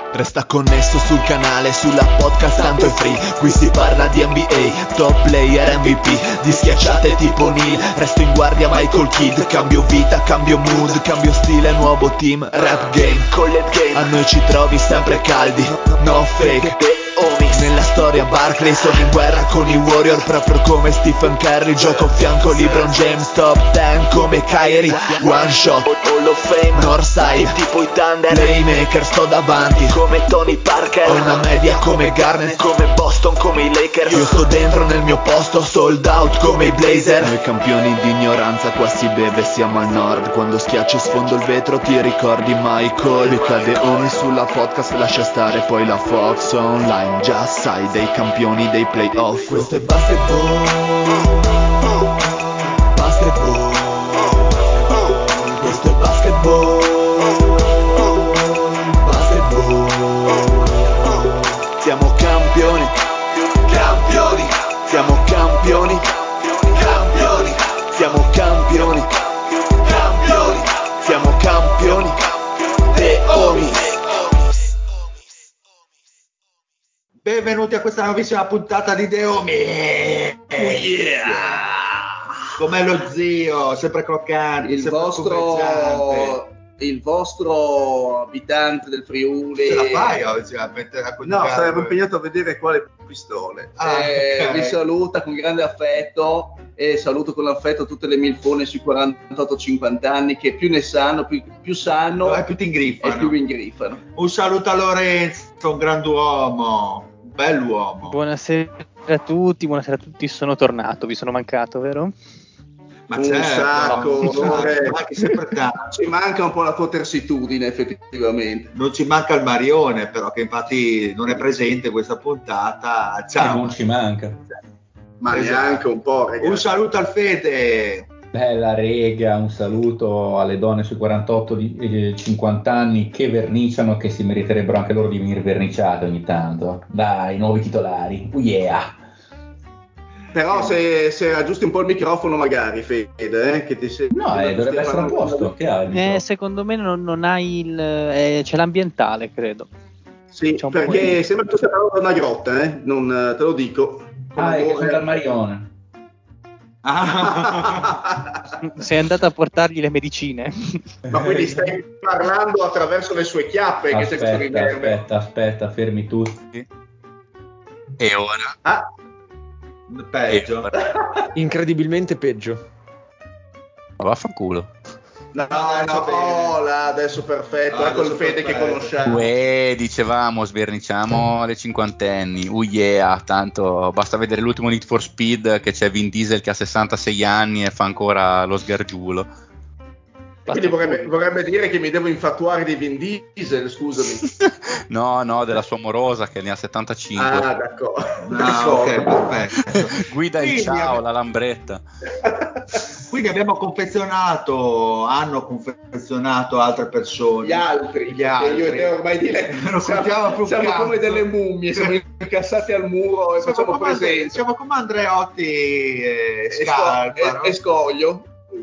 Resta connesso sul canale, sulla podcast tanto è free. Qui si parla di NBA, top player MVP, di schiacciate tipo Neil. Resto in guardia Michael Kidd. Cambio vita, cambio mood, cambio stile, nuovo team. Rap game, collab game, a noi ci trovi sempre caldi. No fake, nella storia Barkley, sono in guerra con i Warrior proprio come Stephen Curry. Gioco a fianco LeBron James, top 10 come Kyrie. One shot, Hall of Fame, Northside, tipo i Thunder. Playmaker, sto davanti come Tony Parker. Ho una media come Garnett, come Boston, come i Lakers. Io sto dentro nel mio posto, sold out come i Blazer. Noi campioni di ignoranza, qua si beve, siamo al nord. Quando schiacci sfondo il vetro ti ricordi Michael. Mi cade Omi sulla podcast, lascia stare poi la Fox online. Già sai, dei campioni dei playoff. Questo è basketball, basketball. Questo è basketball, basketball. Siamo campioni, campioni. Siamo campioni, campioni. Siamo campioni, campioni. Siamo campioni. The Omis. Benvenuti a questa nuovissima puntata di The Omi. Yeah. Com'è lo zio, sempre croccante, il vostro abitante del Friuli. Ce la fai oggi a mettere a No, saremmo impegnato a vedere quale pistole. Okay. Vi saluta con grande affetto e saluto con affetto tutte le milfone sui 48-50 anni che più ne sanno, più sanno e più ti ingriffano. E più mi ingriffano. Un saluto a Lorenzo, un grand'uomo, un bell'uomo. Buonasera a tutti, sono tornato, vi sono mancato, vero? Ma un certo, sacco, anche sempre tanto. Ci manca un po' la tua tersitudine, effettivamente. Non ci manca il Marione, però, che infatti non è presente questa puntata. Ciao. Non ci manca. Ma Esatto. neanche un po', ragazzi. Un saluto al Fede. Bella rega, un saluto alle donne sui 50 anni che verniciano, che si meriterebbero anche loro di venire verniciate ogni tanto. Dai, nuovi titolari. Yeah. Però se aggiusti un po' il microfono magari, Fede, che ti sei... No, dovrebbe essere a posto. Che ha il microfono? Secondo me non hai c'è l'ambientale, credo. Sì, C'è un po' perché sembra che tu stia parlando da una grotta, non te lo dico. È che sono dal Marione. Sei andato a portargli le medicine. Ma quindi stai parlando attraverso le sue chiappe? Che sei questo riverbo? Aspetta, fermi tutti. E ora? Peggio. Incredibilmente peggio. Ma vaffanculo. No, là, adesso perfetto, ecco il Fede che conosciamo. Dicevamo, sverniciamo le cinquantenni. Yeah, tanto basta vedere l'ultimo Need for Speed, che c'è Vin Diesel che ha 66 anni e fa ancora lo sgargiulo. Quindi vorrebbe dire che mi devo infatuare di Vin Diesel, scusami. No, della sua amorosa che ne ha 75. Ah, d'accordo. Ok, perfetto. Guida il ciao, la lambretta. Quindi hanno confezionato altre persone. Gli altri. Io e te ormai siamo come delle mummie, siamo incassati al muro e facciamo presenza. Siamo come Andreotti e Scarpa, e Scoglio.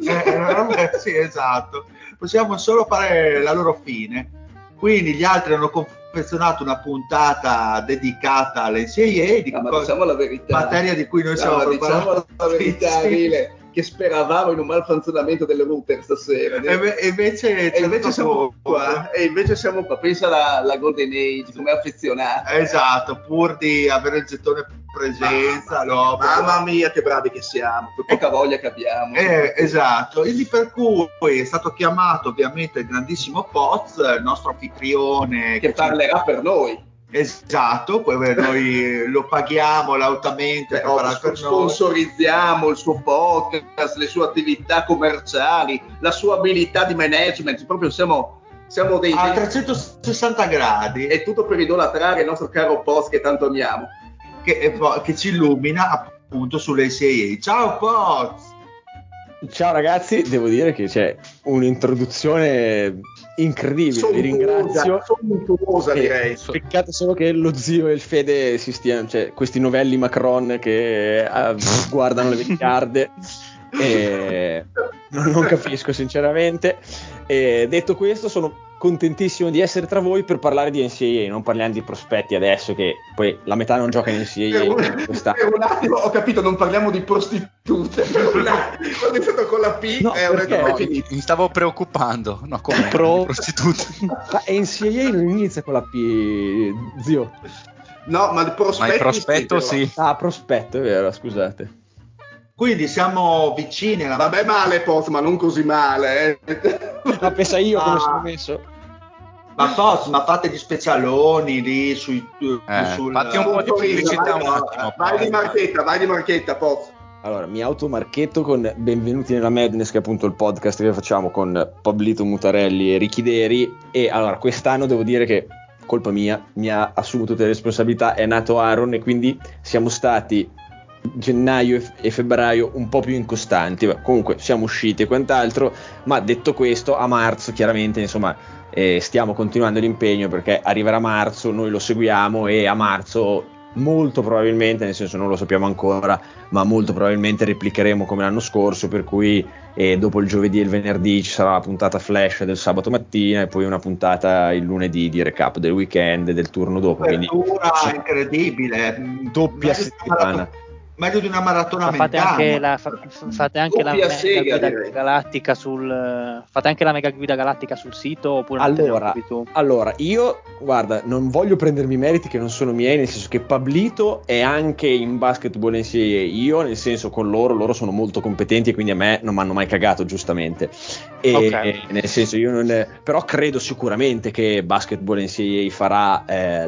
Sì, esatto. Possiamo solo fare la loro fine. Quindi gli altri hanno confezionato una puntata dedicata alle NCAA, ma diciamo la verità, materia di cui noi siamo preparati. Diciamo la verità, Rile, che speravamo in un malfunzionamento delle router stasera. E invece siamo qua. E invece siamo qua. Pensa alla Golden Age, come affezionati. Esatto, pur di avere il gettone presenza. Mamma mia, che bravi che siamo. Che poca voglia che abbiamo. Esatto. Quindi per cui è stato chiamato ovviamente il grandissimo Poz, il nostro anfitrione. Che parlerà per noi. Esatto, poi noi lo paghiamo lautamente, sponsorizziamo il suo podcast, le sue attività commerciali, la sua abilità di management, proprio siamo dei a 360 gradi. È tutto per idolatrare il nostro caro Poz che tanto amiamo, che ci illumina appunto sulle NCAA. Ciao Poz! Ciao ragazzi, devo dire che c'è un'introduzione incredibile, vi ringrazio. Sontuosa, direi. Peccato solo che lo zio e il Fede si stiano, cioè questi novelli Macron che guardano le vecchiarde e non capisco sinceramente. Detto questo, sono contentissimo di essere tra voi per parlare di NCAA. Non parliamo di prospetti adesso, che poi la metà non gioca in NCAA. Per un attimo ho capito, non parliamo di prostitute. Quando è stato con la P, mi stavo preoccupando. No, come prostitute? Ma NCAA non inizia con la P, zio. No, ma il prospetto sì. Ah, prospetto, è vero, scusate. Quindi siamo vicini alla... Vabbè, male Poz, ma non così male. Ma pensa io come sono messo. Ma Poz, ma fate gli specialoni lì sul... Fatti un po' di pubblicità un attimo. Vai di marchetta, Poz. Allora, mi automarchetto con Benvenuti nella Madness, che è appunto il podcast che facciamo con Pablito Mutarelli e Ricky Deri. E allora, quest'anno devo dire che colpa mia, mi ha assunto tutte le responsabilità, è nato Aaron e quindi siamo stati gennaio e febbraio un po' più incostanti. Comunque siamo usciti e quant'altro, ma detto questo, a marzo chiaramente insomma stiamo continuando l'impegno, perché arriverà marzo, noi lo seguiamo e a marzo molto probabilmente, nel senso non lo sappiamo ancora, ma molto probabilmente replicheremo come l'anno scorso, per cui dopo il giovedì e il venerdì ci sarà la puntata flash del sabato mattina e poi una puntata il lunedì di recap del weekend e del turno dopo. Quindi incredibile, doppia settimana. Meglio di una maratona fate anche la mega guida galattica fate anche la mega guida galattica sul sito, oppure allora io guarda, non voglio prendermi meriti che non sono miei, nel senso che Pablito è anche in basketball NCAA, io nel senso con loro sono molto competenti e quindi a me non mi hanno mai cagato, giustamente, e nel senso io non, però credo sicuramente che basketball NCAA farà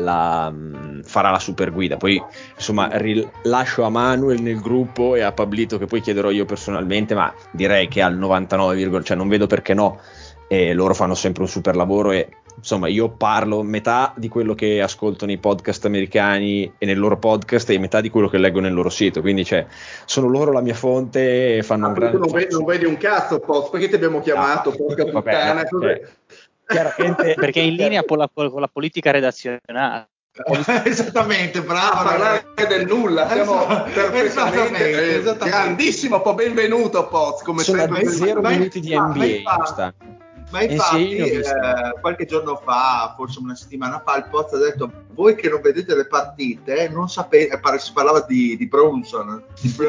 la super guida, poi insomma lascio a Manuel nel gruppo e a Pablito, che poi chiederò io personalmente, ma direi che al 99, cioè non vedo perché no, e loro fanno sempre un super lavoro e insomma io parlo metà di quello che ascolto nei podcast americani e nel loro podcast e metà di quello che leggo nel loro sito, quindi cioè sono loro la mia fonte e fanno un grande non vedi un cazzo, Post, perché ti abbiamo chiamato porca puttana, chiaramente perché è in linea con la politica redazionale. Esattamente, bravo. A parlare del nulla, siamo perfettamente grandissimo, benvenuto Poz, come sono sempre. 0 minuti di NBA. Ma infatti qualche giorno fa, forse una settimana fa, il Poz ha detto: voi che non vedete le partite non sapete, si parlava di Brunson,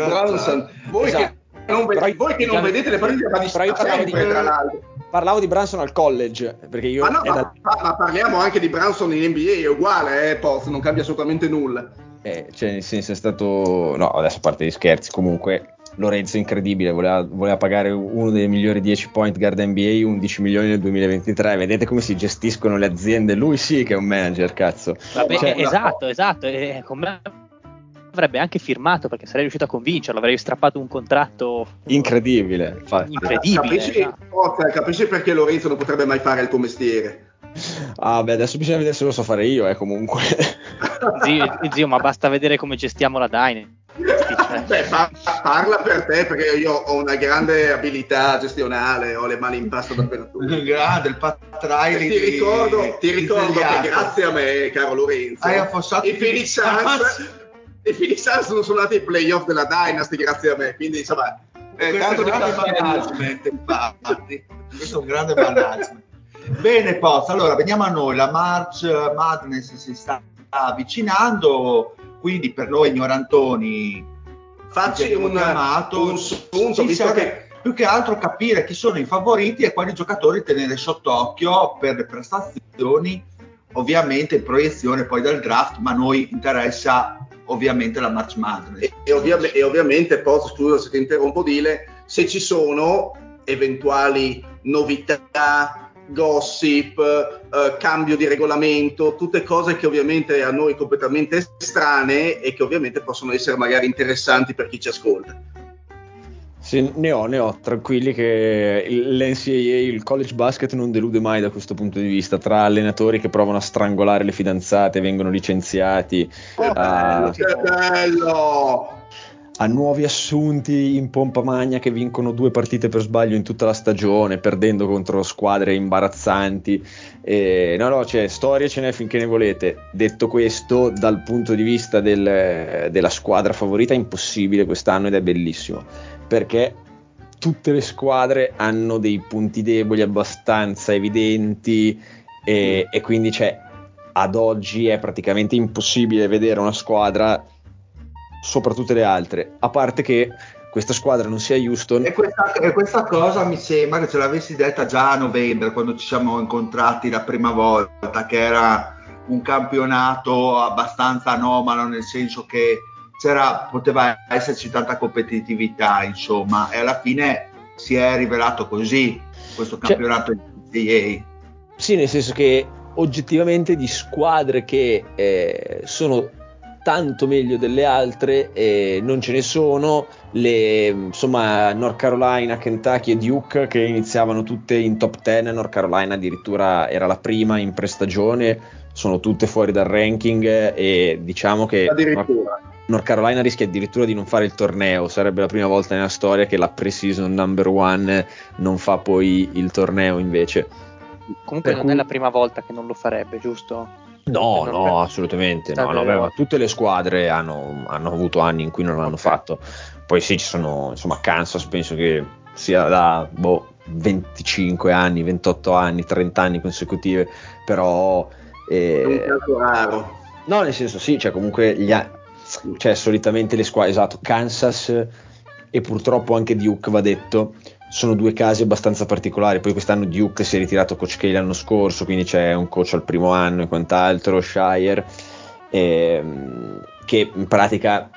voi che non vedete le partite, ma di sempre, tra l'altro. Parlavo di Brunson al college, perché io ma parliamo anche di Brunson in NBA, è uguale, Poz, non cambia assolutamente nulla. Cioè nel senso è stato, no, adesso a parte gli scherzi, comunque Lorenzo incredibile, voleva pagare uno dei migliori 10 point guard NBA 11 milioni nel 2023, vedete come si gestiscono le aziende, lui sì che è un manager, cazzo. Vabbè, esatto, con me avrebbe anche firmato, perché sarei riuscito a convincerlo, avrei strappato un contratto incredibile. Capisci perché Lorenzo non potrebbe mai fare il tuo mestiere? Beh, adesso bisogna vedere se lo so fare io, comunque. Zio, ma basta vedere come gestiamo la Dynasty. Beh, parla per te, perché io ho una grande abilità gestionale, ho le mani in pasta dappertutto. Grande, il Pat Riley. Ti ricordo che grazie a me, caro Lorenzo, i Phoenix Suns sono suonati ai playoff della Dynasty grazie a me, quindi insomma tanto di management, infatti. Questo è un grande management. Bene, Poz, allora veniamo a noi. La March Madness si sta avvicinando, quindi per noi ignorantoni facci un sunto, visto che più che altro capire chi sono i favoriti e quali giocatori tenere sott'occhio per le prestazioni, ovviamente in proiezione poi dal draft, ma a noi interessa ovviamente la March Madness. E ovviamente poi, scusa se ti interrompo, Dile, se ci sono eventuali novità, gossip, cambio di regolamento, tutte cose che ovviamente a noi completamente estranee e che ovviamente possono essere magari interessanti per chi ci ascolta. Sì, ne ho, tranquilli che l'NCAA, il college basket non delude mai da questo punto di vista, tra allenatori che provano a strangolare le fidanzate, vengono licenziati, bello! A nuovi assunti in pompa magna che vincono 2 partite per sbaglio in tutta la stagione, perdendo contro squadre imbarazzanti. Cioè, storie ce n'è finché ne volete. Detto questo, dal punto di vista della squadra favorita è impossibile quest'anno ed è bellissimo, perché tutte le squadre hanno dei punti deboli abbastanza evidenti. e quindi ad oggi è praticamente impossibile vedere una squadra sopra tutte le altre, a parte che questa squadra non sia Houston. E questa cosa mi sembra che ce l'avessi detta già a novembre, quando ci siamo incontrati la prima volta, che era un campionato abbastanza anomalo, nel senso che poteva esserci tanta competitività, insomma, e alla fine si è rivelato così questo campionato NCAA. Sì, nel senso che oggettivamente di squadre che sono tanto meglio delle altre non ce ne sono. Insomma, North Carolina, Kentucky e Duke, che iniziavano tutte in top 10, North Carolina addirittura era la prima in prestagione, sono tutte fuori dal ranking, e diciamo che North Carolina rischia addirittura di non fare il torneo. Sarebbe la prima volta nella storia che la pre-season number one non fa poi il torneo invece. Comunque non è la prima volta che non lo farebbe, giusto? No, assolutamente no. Ma tutte le squadre hanno avuto anni in cui non l'hanno fatto. Poi sì, ci sono, insomma, Kansas penso che sia da 25 anni, 28 anni, 30 anni consecutive, però è un caso raro. No, nel senso sì, comunque solitamente le squadre, esatto, Kansas e purtroppo anche Duke, va detto, sono due casi abbastanza particolari. Poi quest'anno Duke si è ritirato coach K l'anno scorso, quindi c'è un coach al primo anno e quant'altro, Shire, che in pratica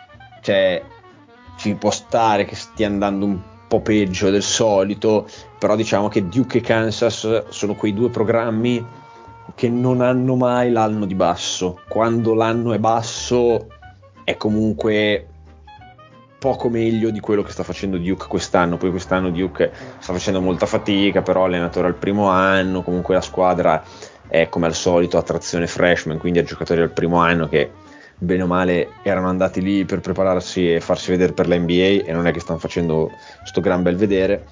ci può stare che stia andando un po' peggio del solito, però diciamo che Duke e Kansas sono quei due programmi che non hanno mai l'anno di basso. Quando l'anno è basso è comunque poco meglio di quello che sta facendo Duke quest'anno. Poi quest'anno Duke sta facendo molta fatica, però allenatore al primo anno, comunque la squadra è come al solito a trazione freshman, quindi a giocatori al primo anno che bene o male erano andati lì per prepararsi e farsi vedere per la NBA, e non è che stanno facendo sto gran bel vedere.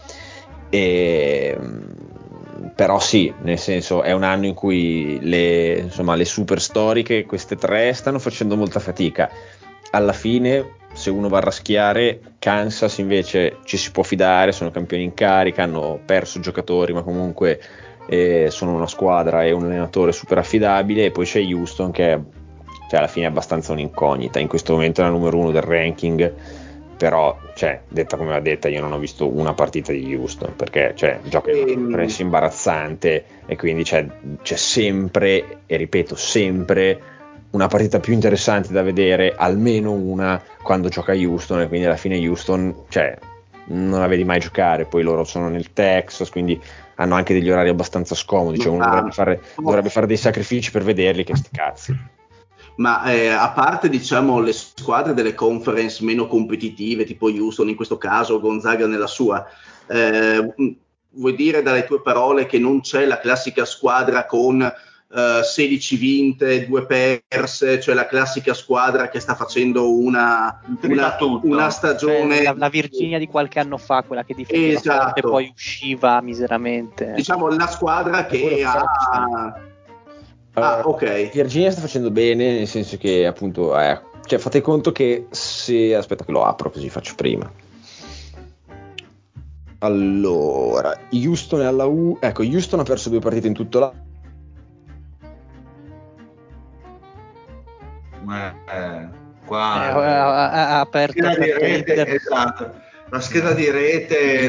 Però sì, nel senso è un anno in cui le super storiche, queste tre, stanno facendo molta fatica. Alla fine, se uno va a raschiare, Kansas invece ci si può fidare, sono campioni in carica, hanno perso giocatori, ma comunque sono una squadra e un allenatore super affidabile. E poi c'è Houston che alla fine è abbastanza un'incognita, in questo momento è la numero 1 del ranking, però detta come va detta, io non ho visto una partita di Houston, perché gioca in un press imbarazzante, e quindi c'è sempre, e ripeto sempre, una partita più interessante da vedere, almeno una, quando gioca Houston, e quindi alla fine Houston non la vedi mai giocare. Poi loro sono nel Texas, quindi hanno anche degli orari abbastanza scomodi, uno dovrebbe fare dei sacrifici per vederli, che sti cazzi. Ma a parte le squadre delle conference meno competitive, tipo Houston in questo caso, Gonzaga nella sua, vuoi dire dalle tue parole che non c'è la classica squadra con 16 vinte, 2 perse, cioè la classica squadra che sta facendo una stagione, la Virginia di qualche anno fa, quella che difendeva forte e poi usciva miseramente, la squadra che ha ok. Virginia sta facendo bene, nel senso che appunto fate conto che se aspetta che lo apro così faccio prima. Allora, Houston è alla Houston ha perso 2 partite in tutto l'anno. Ha aperto la scheda di rete, esatto, la scheda di rete,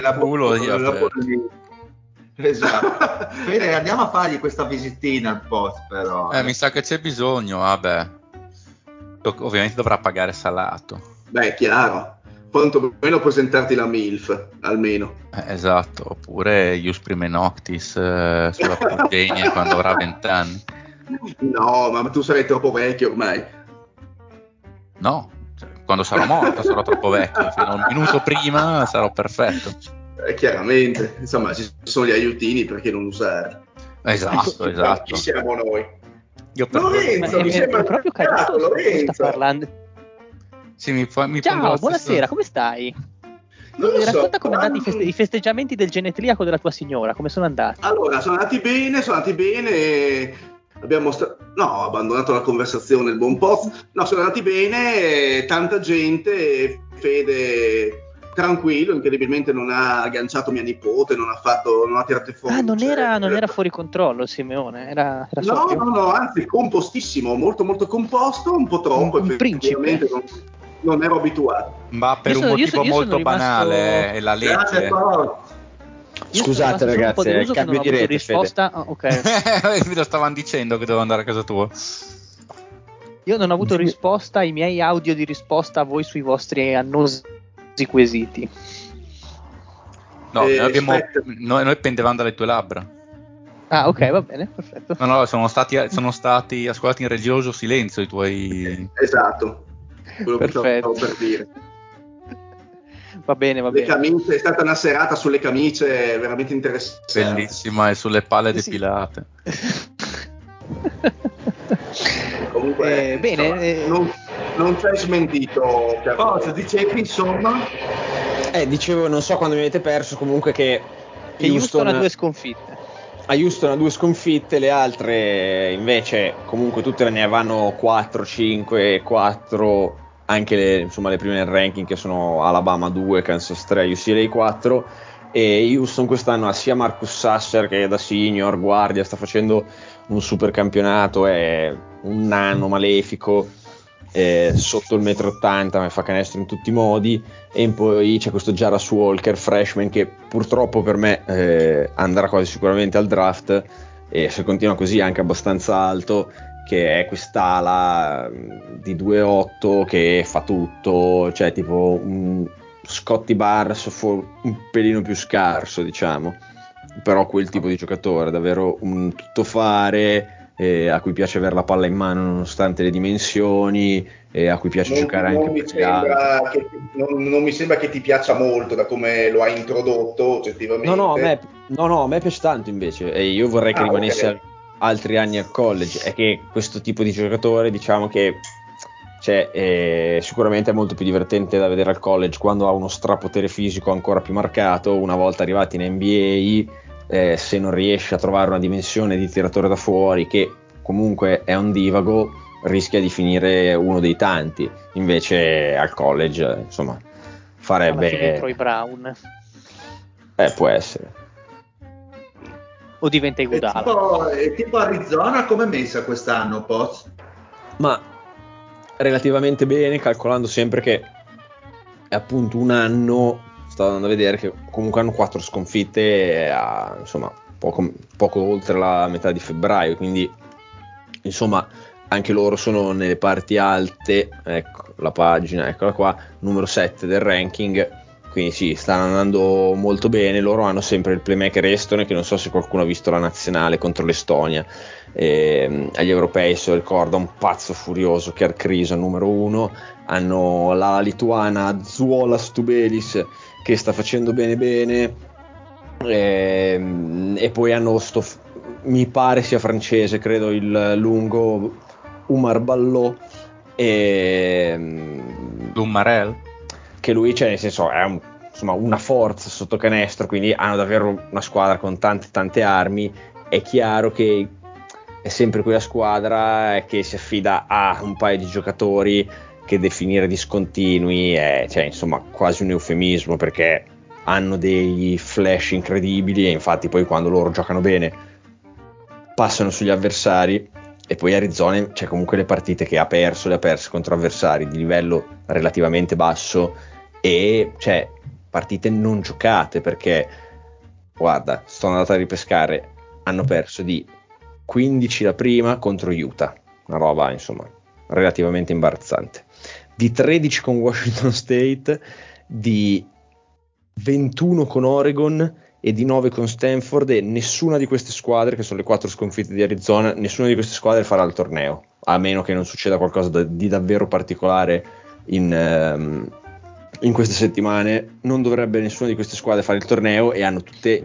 esatto. Bene, andiamo a fargli questa visitina al post, però mi sa che c'è bisogno. Vabbè, ovviamente dovrà pagare salato. Beh, chiaro, quanto meno presentarti la MILF almeno. Esatto, oppure Ius Prime Noctis sulla progenie quando avrà 20 anni. No, ma tu sarai troppo vecchio ormai. No, quando sarò morto sarò troppo vecchio, fino a un minuto prima sarò perfetto. Chiaramente, insomma, ci sono gli aiutini, perché non usare? Esatto. Chi siamo noi? Lorenzo, mi sembra proprio cagato. Lorenzo sta parlando. Sì, ciao, buonasera, come stai? Racconta come sono andati i festeggiamenti del genetliaco della tua signora, come sono andati? Allora, sono andati bene. Abbiamo abbandonato la conversazione, il buon po'. No, sono andati bene, tanta gente. Fede tranquillo, incredibilmente non ha agganciato mia nipote, non ha tirato fuori. Non era fuori controllo Simeone, era no, anzi compostissimo, molto molto composto, un po' troppo, un principe. Non ero abituato. Ma per un motivo molto banale, è la legge. Scusate ragazzi, cambio di rete, risposta. Ok. Mi lo stavano dicendo che dovevo andare a casa tua. Io non ho avuto risposta ai miei audio di risposta a voi sui vostri annosi quesiti. No, noi pendevamo dalle tue labbra. Ah, ok, va bene, perfetto. No, sono stati ascoltati in religioso silenzio i tuoi. Esatto. Quello perfetto. Che stavo per dire. Va bene. Camicie, è stata una serata sulle camicie veramente interessante. Bellissima, e sulle palle depilate. Comunque, bene. Non c'è smentito. Cosa dicevi, insomma? Dicevo, non so quando mi avete perso, comunque che Houston ha 2 sconfitte. A Houston ha 2 sconfitte, le altre invece comunque tutte ne vanno 4, 5, 4, anche le prime nel ranking, che sono Alabama 2, Kansas 3, UCLA 4, e Houston quest'anno ha sia Marcus Sasser, che da senior guardia sta facendo un super campionato, è un nano malefico, sotto il 1,80 m, ma fa canestro in tutti i modi, e poi c'è questo Jarras Walker freshman che purtroppo per me andrà quasi sicuramente al draft, e se continua così anche abbastanza alto, che è quest'ala di 2,8 che fa tutto, cioè tipo un Scotty Barnes un pelino più scarso, diciamo, però quel tipo di giocatore, davvero un tuttofare, a cui piace avere la palla in mano nonostante le dimensioni, e a cui piace giocare anche non mi sembra che ti piaccia molto da come lo hai introdotto oggettivamente. No, a me piace tanto invece, e io vorrei che rimanesse altri anni al college. È che questo tipo di giocatore, diciamo che sicuramente è molto più divertente da vedere al college, quando ha uno strapotere fisico ancora più marcato. Una volta arrivati in NBA, se non riesce a trovare una dimensione di tiratore da fuori, che comunque è un divago, rischia di finire uno dei tanti. Invece al college, insomma, farebbe alla fine Troy Brown, può essere, o diventa Iguodala. Tipo Arizona come è messa quest'anno, Poz? Ma relativamente bene, calcolando sempre che è appunto un anno. Stavo andando a vedere che comunque hanno 4 sconfitte insomma poco oltre la metà di febbraio, quindi insomma anche loro sono nelle parti alte. Ecco la pagina, eccola qua, numero 7 del ranking, quindi sì, stanno andando molto bene. Loro hanno sempre il playmaker estone, che non so se qualcuno ha visto la nazionale contro l'Estonia, agli europei, se lo ricorda, un pazzo furioso, Kerr Kriisa numero 1. Hanno la lituana Zuolas Tubelis, che sta facendo bene, e poi hanno mi pare sia francese, credo, il lungo Umar Ballot, Dumarel, che lui, nel senso, è una forza sotto canestro, quindi hanno davvero una squadra con tante armi. È chiaro che è sempre quella squadra che si affida a un paio di giocatori che definire discontinui è, quasi un eufemismo, perché hanno dei flash incredibili, e infatti poi quando loro giocano bene passano sugli avversari. E poi Arizona, comunque le partite che ha perso le ha perse contro avversari di livello relativamente basso, e partite non giocate, perché guarda, sto andando a ripescare, hanno perso di 15 la prima contro Utah, una roba relativamente imbarazzante, di 13 con Washington State, di 21 con Oregon e di 9 con Stanford, e nessuna di queste squadre, che sono le 4 sconfitte di Arizona, nessuna di queste squadre farà il torneo, a meno che non succeda qualcosa di davvero particolare in queste settimane. Non dovrebbe nessuna di queste squadre fare il torneo, e hanno tutte,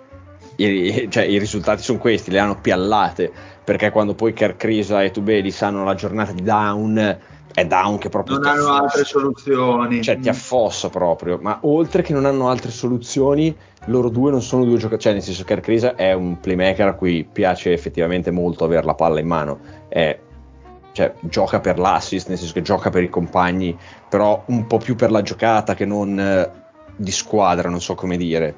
i risultati sono questi, le hanno piallate, perché quando poi Kerr Kriisa e Tubelis hanno la giornata di down, è down che proprio non hanno altre soluzioni, ti affossa proprio. Ma oltre che non hanno altre soluzioni, loro due non sono due giocatori, nel senso che Kerr Kriisa è un playmaker a cui piace effettivamente molto avere la palla in mano, gioca per l'assist, nel senso che gioca per i compagni, però un po' più per la giocata che non di squadra, non so come dire.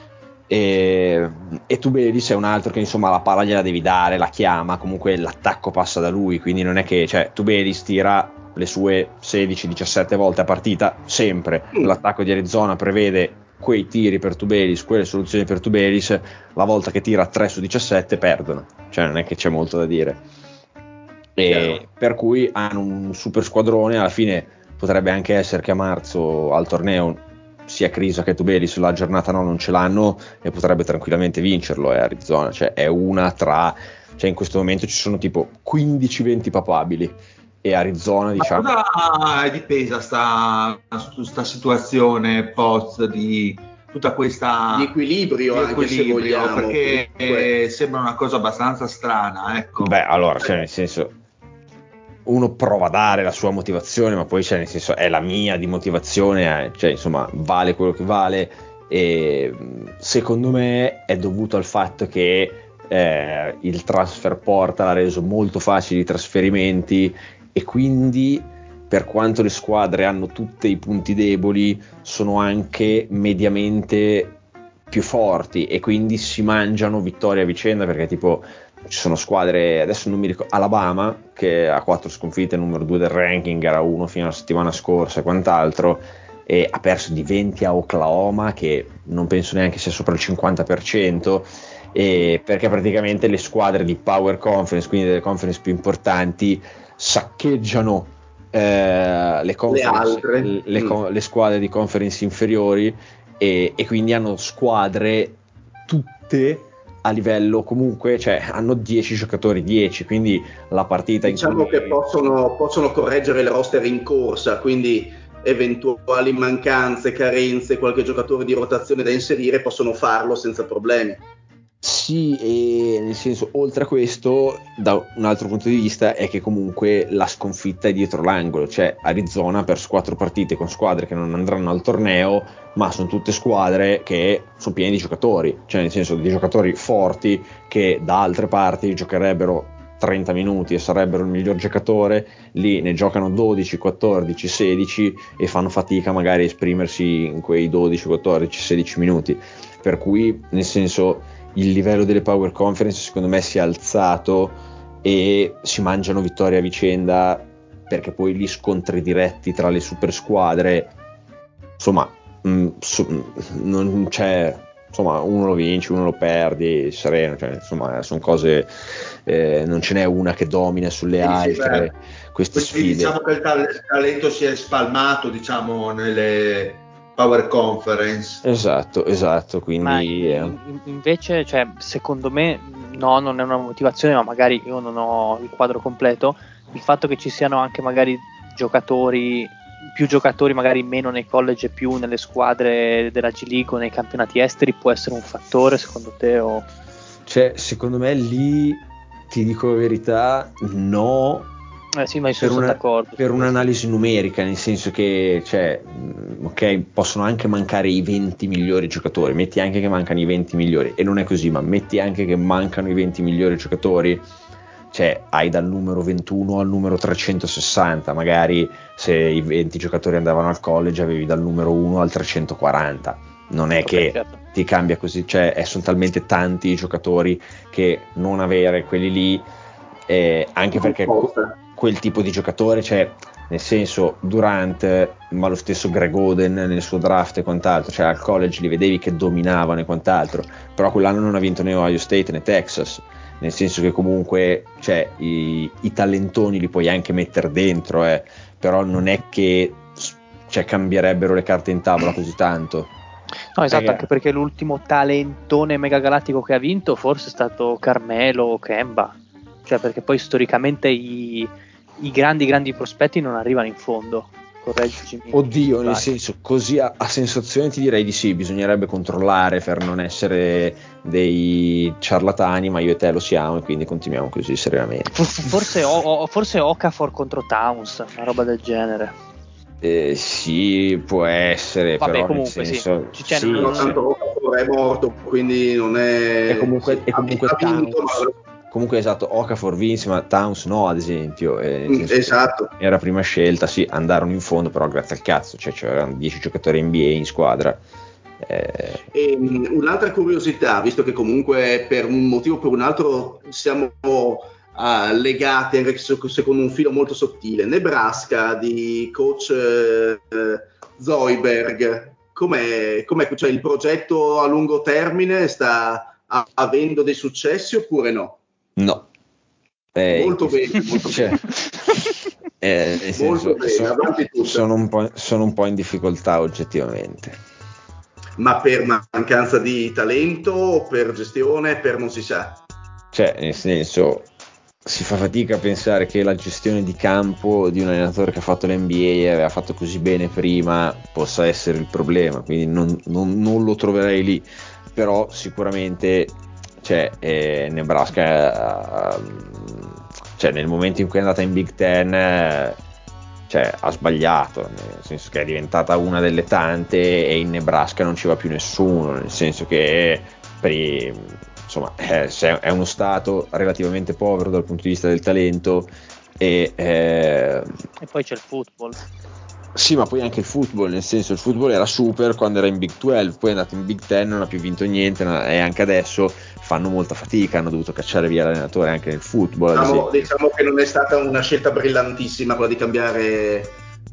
E Tubelis è un altro che insomma la palla gliela devi dare, la chiama, comunque l'attacco passa da lui, quindi non è che, cioè, Tubelis tira le sue 16-17 volte a partita sempre, l'attacco di Arizona prevede quei tiri per Tubelis, quelle soluzioni per Tubelis, la volta che tira 3 su 17 perdono, cioè non è che c'è molto da dire, e per cui hanno un super squadrone. Alla fine potrebbe anche essere che a marzo al torneo sia Kriisa che Tubelis la giornata non ce l'hanno e potrebbe tranquillamente vincerlo, Arizona, cioè è una tra, cioè in questo momento ci sono tipo 15-20 papabili e Arizona, diciamo. Ma cosa è dipesa sta situazione post di tutta questa di equilibrio, anche se vogliamo, perché sembra una cosa abbastanza strana, ecco. Beh, allora, cioè nel senso, uno prova a dare la sua motivazione, ma poi, cioè, nel senso, è la mia di motivazione, cioè insomma vale quello che vale, e secondo me è dovuto al fatto che il transfer portal ha reso molto facili i trasferimenti, e quindi per quanto le squadre hanno tutti i punti deboli sono anche mediamente più forti e quindi si mangiano vittorie a vicenda, perché tipo ci sono squadre, adesso non mi ricordo, Alabama che ha 4 sconfitte, numero 2 del ranking, era 1 fino alla settimana scorsa e quant'altro, e ha perso di 20 a Oklahoma, che non penso neanche sia sopra il 50%, e perché praticamente le squadre di Power Conference, quindi delle conference più importanti, saccheggiano le squadre di conference inferiori, e quindi hanno squadre tutte a livello, comunque, cioè hanno 10 giocatori, 10, quindi la partita diciamo che possono correggere il roster in corsa, quindi eventuali mancanze, carenze, qualche giocatore di rotazione da inserire possono farlo senza problemi. Sì, e nel senso, oltre a questo, da un altro punto di vista, è che comunque la sconfitta è dietro l'angolo, cioè Arizona ha perso 4 partite con squadre che non andranno al torneo, ma sono tutte squadre che sono piene di giocatori, cioè nel senso di giocatori forti che da altre parti giocherebbero 30 minuti e sarebbero il miglior giocatore, lì ne giocano 12, 14, 16 e fanno fatica magari a esprimersi in quei 12, 14, 16 minuti, per cui nel senso il livello delle Power Conference secondo me si è alzato e si mangiano vittorie a vicenda, perché poi gli scontri diretti tra le super squadre, insomma, non c'è, insomma, uno lo vinci, uno lo perdi, sereno, cioè, insomma, sono cose, non ce n'è una che domina sulle altre, queste sfide. Diciamo che il talento si è spalmato, diciamo, nelle Power Conference. Esatto, quindi ma invece, cioè, secondo me no, non è una motivazione, ma magari io non ho il quadro completo, il fatto che ci siano anche magari più giocatori magari meno nei college e più nelle squadre della G League o nei campionati esteri può essere un fattore secondo te? O... Cioè, secondo me lì, ti dico la verità, no. Sì, ma io sono d'accordo. Per un'analisi numerica, nel senso che, cioè, ok, possono anche mancare i 20 migliori giocatori, metti anche che mancano i 20 migliori, e non è così, ma metti anche che mancano i 20 migliori giocatori, cioè hai dal numero 21 al numero 360, magari se i 20 giocatori andavano al college avevi dal numero 1 al 340, non è che certo, ti cambia così, cioè sono talmente tanti i giocatori che non avere quelli lì, anche perché quel tipo di giocatore, cioè nel senso Durant, ma lo stesso Greg Oden nel suo draft e quant'altro, cioè al college li vedevi che dominavano e quant'altro, però quell'anno non ha vinto né Ohio State né Texas, nel senso che comunque, cioè, i talentoni li puoi anche mettere dentro, però non è che, cioè, cambierebbero le carte in tavola così tanto. No, esatto, anche perché l'ultimo talentone mega galattico che ha vinto forse è stato Carmelo o Kemba, cioè perché poi storicamente i grandi prospetti non arrivano in fondo. Correggimi. Oddio, nel senso, così a sensazione ti direi di sì, bisognerebbe controllare per non essere dei ciarlatani, ma io e te lo siamo e quindi continuiamo così serenamente. Forse Okafor contro Towns, una roba del genere. Sì, può essere. Vabbè, però comunque nel senso, sì. No, tanto Okafor è morto, quindi non è... E comunque Towns, comunque esatto, Okafor vinse, ma Towns no, ad esempio. Esatto. Era prima scelta, sì, andarono in fondo, però grazie al cazzo, cioè c'erano 10 giocatori NBA in squadra. E un'altra curiosità, visto che comunque per un motivo o per un altro siamo legati anche secondo un filo molto sottile, Nebraska di coach Zoidberg, com'è, cioè il progetto a lungo termine sta avendo dei successi oppure no? No. Molto bene, molto bene. Molto bene, sono un po' in difficoltà oggettivamente. Ma per mancanza di talento, per gestione, per non si sa? Cioè, nel senso, si fa fatica a pensare che la gestione di campo di un allenatore che ha fatto l'NBA e aveva fatto così bene prima possa essere il problema, quindi non lo troverei lì, però sicuramente Nebraska nel momento in cui è andata in Big Ten ha sbagliato, nel senso che è diventata una delle tante e in Nebraska non ci va più nessuno, nel senso che insomma è uno stato relativamente povero dal punto di vista del talento e poi c'è il football. Sì, ma poi anche il football, nel senso il football era super quando era in Big 12, poi è andato in Big 10, non ha più vinto niente e anche adesso fanno molta fatica, hanno dovuto cacciare via l'allenatore anche nel football. Diciamo che non è stata una scelta brillantissima quella di cambiare.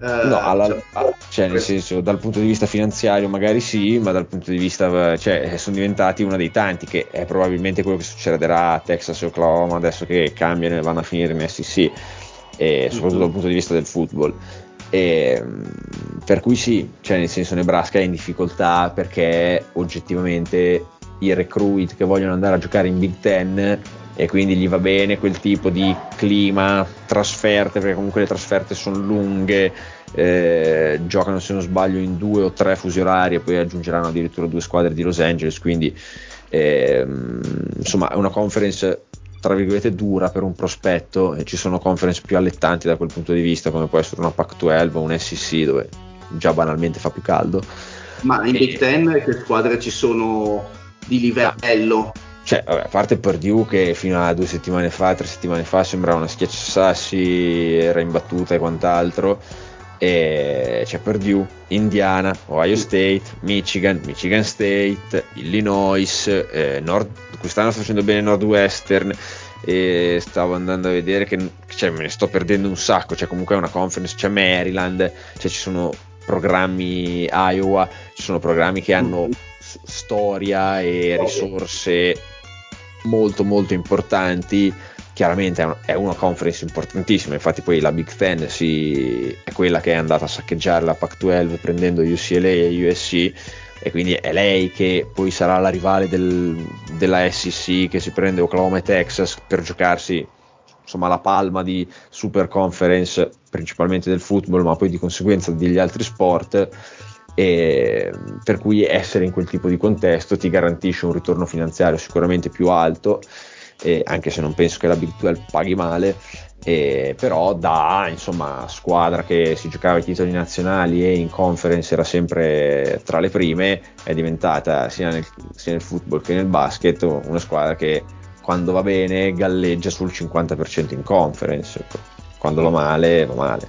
Nel senso, dal punto di vista finanziario magari sì, ma dal punto di vista, sono diventati uno dei tanti, che è probabilmente quello che succederà a Texas e Oklahoma adesso che cambiano e vanno a finire in SEC, e soprattutto dal punto di vista del football. Per cui sì, nel senso Nebraska è in difficoltà perché oggettivamente i recruit che vogliono andare a giocare in Big Ten e quindi gli va bene quel tipo di clima, trasferte, perché comunque le trasferte sono lunghe, giocano se non sbaglio in 2 o 3 fusi orari e poi aggiungeranno addirittura 2 squadre di Los Angeles, quindi insomma è una conference tra virgolette dura per un prospetto, e ci sono conference più allettanti da quel punto di vista, come può essere una Pac-12 o un SEC dove già banalmente fa più caldo. Ma in Big Ten che squadre ci sono di livello? A parte Purdue che fino a 3 settimane fa sembrava una schiacciasassi, era imbattuta e quant'altro, e c'è Purdue, Indiana, Ohio State, Michigan State, Illinois, quest'anno sta facendo bene Northwestern, e stavo andando a vedere che me ne sto perdendo un sacco, comunque è una conference, c'è Maryland, ci sono programmi Iowa, ci sono programmi che hanno storia e risorse molto molto importanti. Chiaramente è una conference importantissima, infatti poi la Big Ten è quella che è andata a saccheggiare la Pac-12 prendendo UCLA e USC, e quindi è lei che poi sarà la rivale della SEC che si prende Oklahoma e Texas per giocarsi insomma la palma di super conference, principalmente del football, ma poi di conseguenza degli altri sport, e per cui essere in quel tipo di contesto ti garantisce un ritorno finanziario sicuramente più alto, anche se non penso che la Big 12 paghi male, però da insomma squadra che si giocava i titoli nazionali e in conference era sempre tra le prime, è diventata sia nel football che nel basket una squadra che quando va bene galleggia sul 50% in conference, quando va male va male.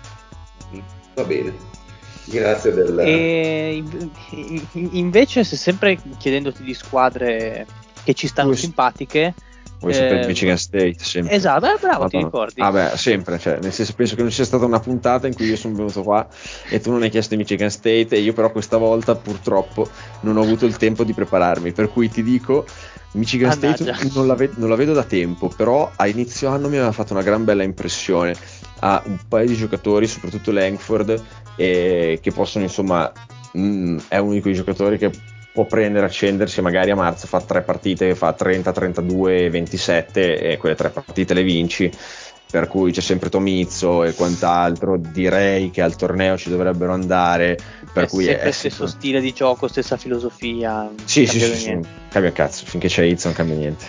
Va bene, grazie E invece, se sempre chiedendoti di squadre che ci stanno simpatiche, vuoi sapere Michigan State? Sempre. Esatto, bravo, Madonna. Ti ricordi? Sempre, nel senso, penso che non sia stata una puntata in cui io sono venuto qua e tu non hai chiesto Michigan State, e io però questa volta purtroppo non ho avuto il tempo di prepararmi, per cui ti dico Michigan State non la vedo da tempo, però a inizio anno mi aveva fatto una gran bella impressione, ha un paio di giocatori, soprattutto Langford, che possono insomma è uno di quei giocatori che può prendere, accendersi, magari a marzo fa 3 partite, fa 30, 32, 27 e quelle 3 partite le vinci, per cui c'è sempre Tomizzo e quant'altro, direi che al torneo ci dovrebbero andare, per cui sempre stesso stile di gioco, stessa filosofia. Sì, cambia cazzo, finché c'è Izzo non cambia niente.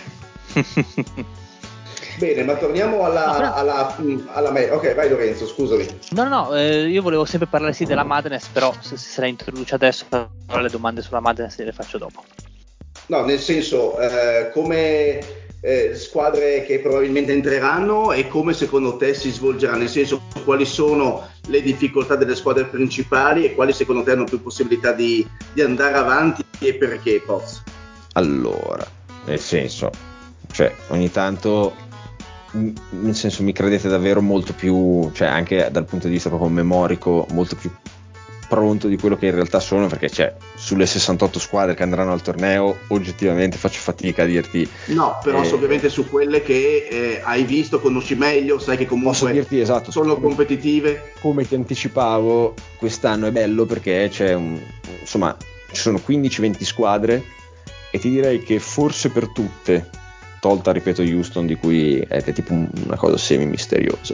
Bene, ma torniamo alla ok, vai Lorenzo, scusami. No, io volevo sempre parlare della Madness, però se la introduce adesso, le domande sulla Madness le faccio dopo. No, nel senso, come squadre che probabilmente entreranno, e come secondo te si svolgerà, nel senso quali sono le difficoltà delle squadre principali e quali secondo te hanno più possibilità di andare avanti e perché, Poz? Allora, nel senso, cioè ogni tanto, nel senso, mi credete davvero molto più, cioè anche dal punto di vista proprio memorico, molto più pronto di quello che in realtà sono, perché cioè sulle 68 squadre che andranno al torneo oggettivamente faccio fatica a dirti. No, però ovviamente su quelle che hai visto, conosci meglio, sai che comunque dirti, esatto, sono competitive. Come ti anticipavo, quest'anno è bello perché c'è insomma ci sono 15-20 squadre, e ti direi che forse per tutte, tolta ripeto Houston, di cui è tipo una cosa semi misteriosa,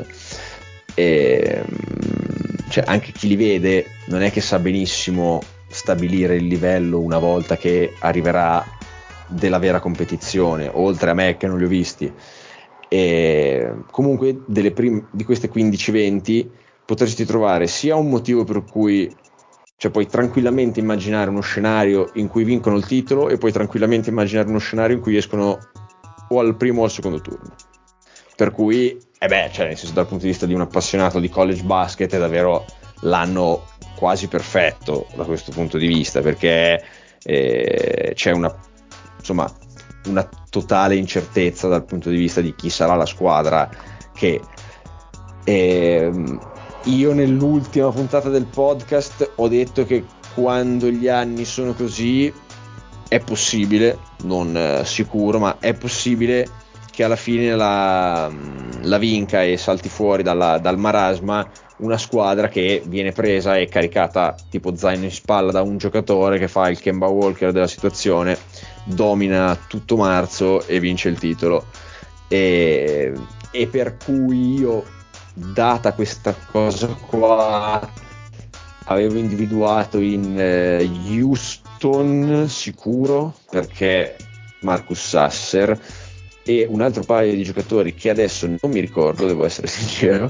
cioè anche chi li vede non è che sa benissimo stabilire il livello una volta che arriverà della vera competizione, oltre a me che non li ho visti. E comunque di queste 15-20 potresti trovare sia un motivo per cui, cioè puoi tranquillamente immaginare uno scenario in cui vincono il titolo, e puoi tranquillamente immaginare uno scenario in cui escono o al primo o al secondo turno. Per cui, cioè nel senso, dal punto di vista di un appassionato di college basket è davvero l'anno quasi perfetto da questo punto di vista, perché c'è una totale incertezza dal punto di vista di chi sarà la squadra che io nell'ultima puntata del podcast ho detto che quando gli anni sono così è possibile, non sicuro, ma è possibile che alla fine la vinca e salti fuori dal marasma una squadra che viene presa e caricata tipo zaino in spalla da un giocatore che fa il Kemba Walker della situazione, domina tutto marzo e vince il titolo. E per cui io, data questa cosa qua, avevo individuato in Houston sicuro, perché Marcus Sasser, e un altro paio di giocatori che adesso non mi ricordo, devo essere sincero,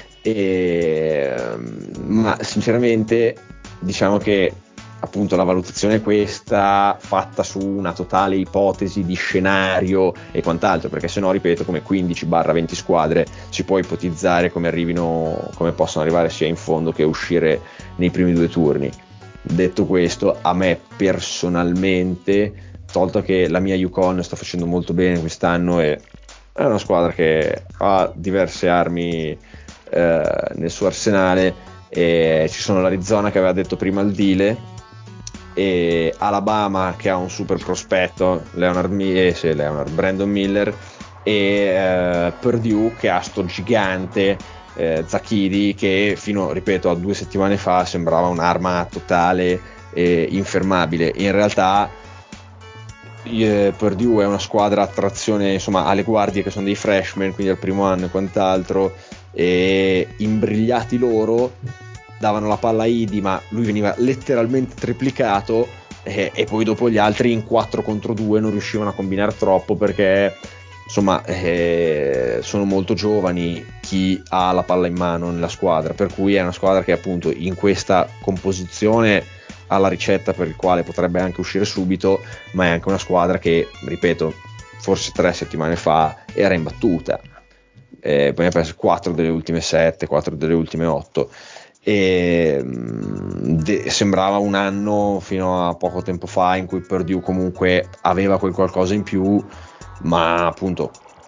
ma sinceramente diciamo che appunto la valutazione è questa, fatta su una totale ipotesi di scenario e quant'altro, perché se no, ripeto, come 15-20 squadre si può ipotizzare come possono arrivare sia in fondo che uscire nei primi due turni. Detto questo, a me personalmente, tolto che la mia UConn sta facendo molto bene quest'anno e è una squadra che ha diverse armi nel suo arsenale, e ci sono l'Arizona che aveva detto prima il Dile, e Alabama che ha un super prospetto, Brandon Miller, e Purdue che ha sto gigante Zacchidi, che fino, ripeto, a 2 settimane fa sembrava un'arma totale e infermabile. In realtà Purdue è una squadra a trazione, insomma, alle guardie che sono dei freshman, quindi al primo anno e quant'altro, e imbrigliati loro davano la palla a Idi, ma lui veniva letteralmente triplicato, e poi dopo gli altri in 4 contro 2 non riuscivano a combinare troppo, perché insomma sono molto giovani chi ha la palla in mano nella squadra, per cui è una squadra che appunto in questa composizione ha la ricetta per il quale potrebbe anche uscire subito, ma è anche una squadra che, ripeto, forse 3 settimane fa era imbattuta, poi ne ha perso 4 delle ultime 7, 4 delle ultime 8, e sembrava un anno fino a poco tempo fa in cui Purdue comunque aveva quel qualcosa in più, ma appunto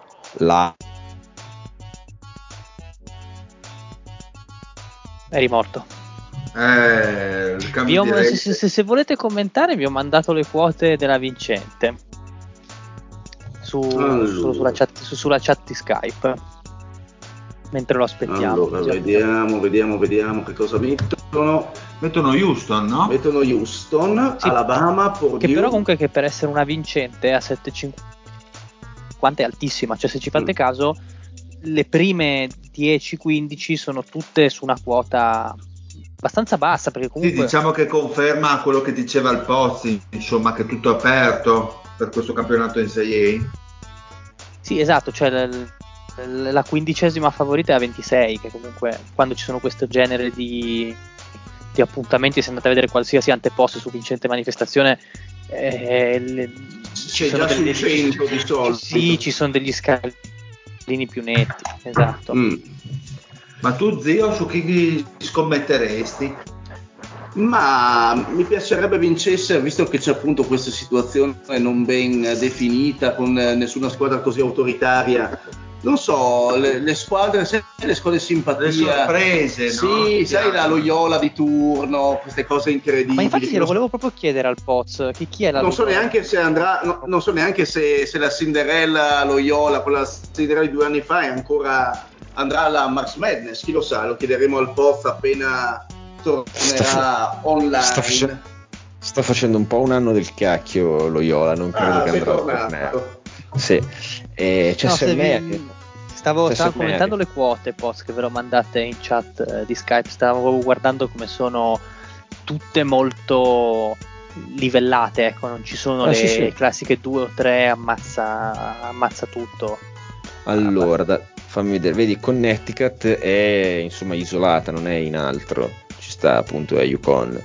eri morto. Se volete commentare, vi ho mandato le quote della vincente sulla chat di Skype mentre lo aspettiamo. Allora, vediamo che cosa mettono. Mettono Houston, no? Mettono Houston, sì, Alabama, Purdue. Che però comunque, che per essere una vincente a 7,50 è altissima, cioè se ci fate caso le prime 10-15 sono tutte su una quota abbastanza bassa, perché comunque sì, diciamo che conferma quello che diceva il Pozzi, insomma, che è tutto aperto per questo campionato NCAA. Sì, esatto, cioè la 15ª favorita è a 26, che comunque quando ci sono questo genere di appuntamenti, se andate a vedere qualsiasi anteposto su vincente manifestazione, c'è già sul centro di solito. Sì, ci sono degli scalini più netti, esatto. Ma tu, zio, su chi scommetteresti? Ma mi piacerebbe vincesse, visto che c'è appunto questa situazione non ben definita, con nessuna squadra così autoritaria. Non so, le squadre simpatia, le sorprese, sì, no? sai, la Loyola di turno, queste cose incredibili. Ma infatti glielo volevo proprio chiedere al Poz, chi è la non Loyola? So neanche se andrà, non so neanche se la Cinderella Loyola, quella Cinderella di 2 anni fa, andrà alla March Madness, chi lo sa, lo chiederemo al Poz appena tornerà online. Sta facendo un po' un anno del cacchio Loyola, non credo che andrà al torneo. Sì, stavo commentando le quote post che ve l'ho mandate in chat di Skype, stavo guardando come sono tutte molto livellate, ecco, non ci sono le classiche 2 o 3 ammazza tutto. Allora, fammi vedere, vedi, Connecticut è insomma isolata, non è in altro, ci sta appunto a Yukon.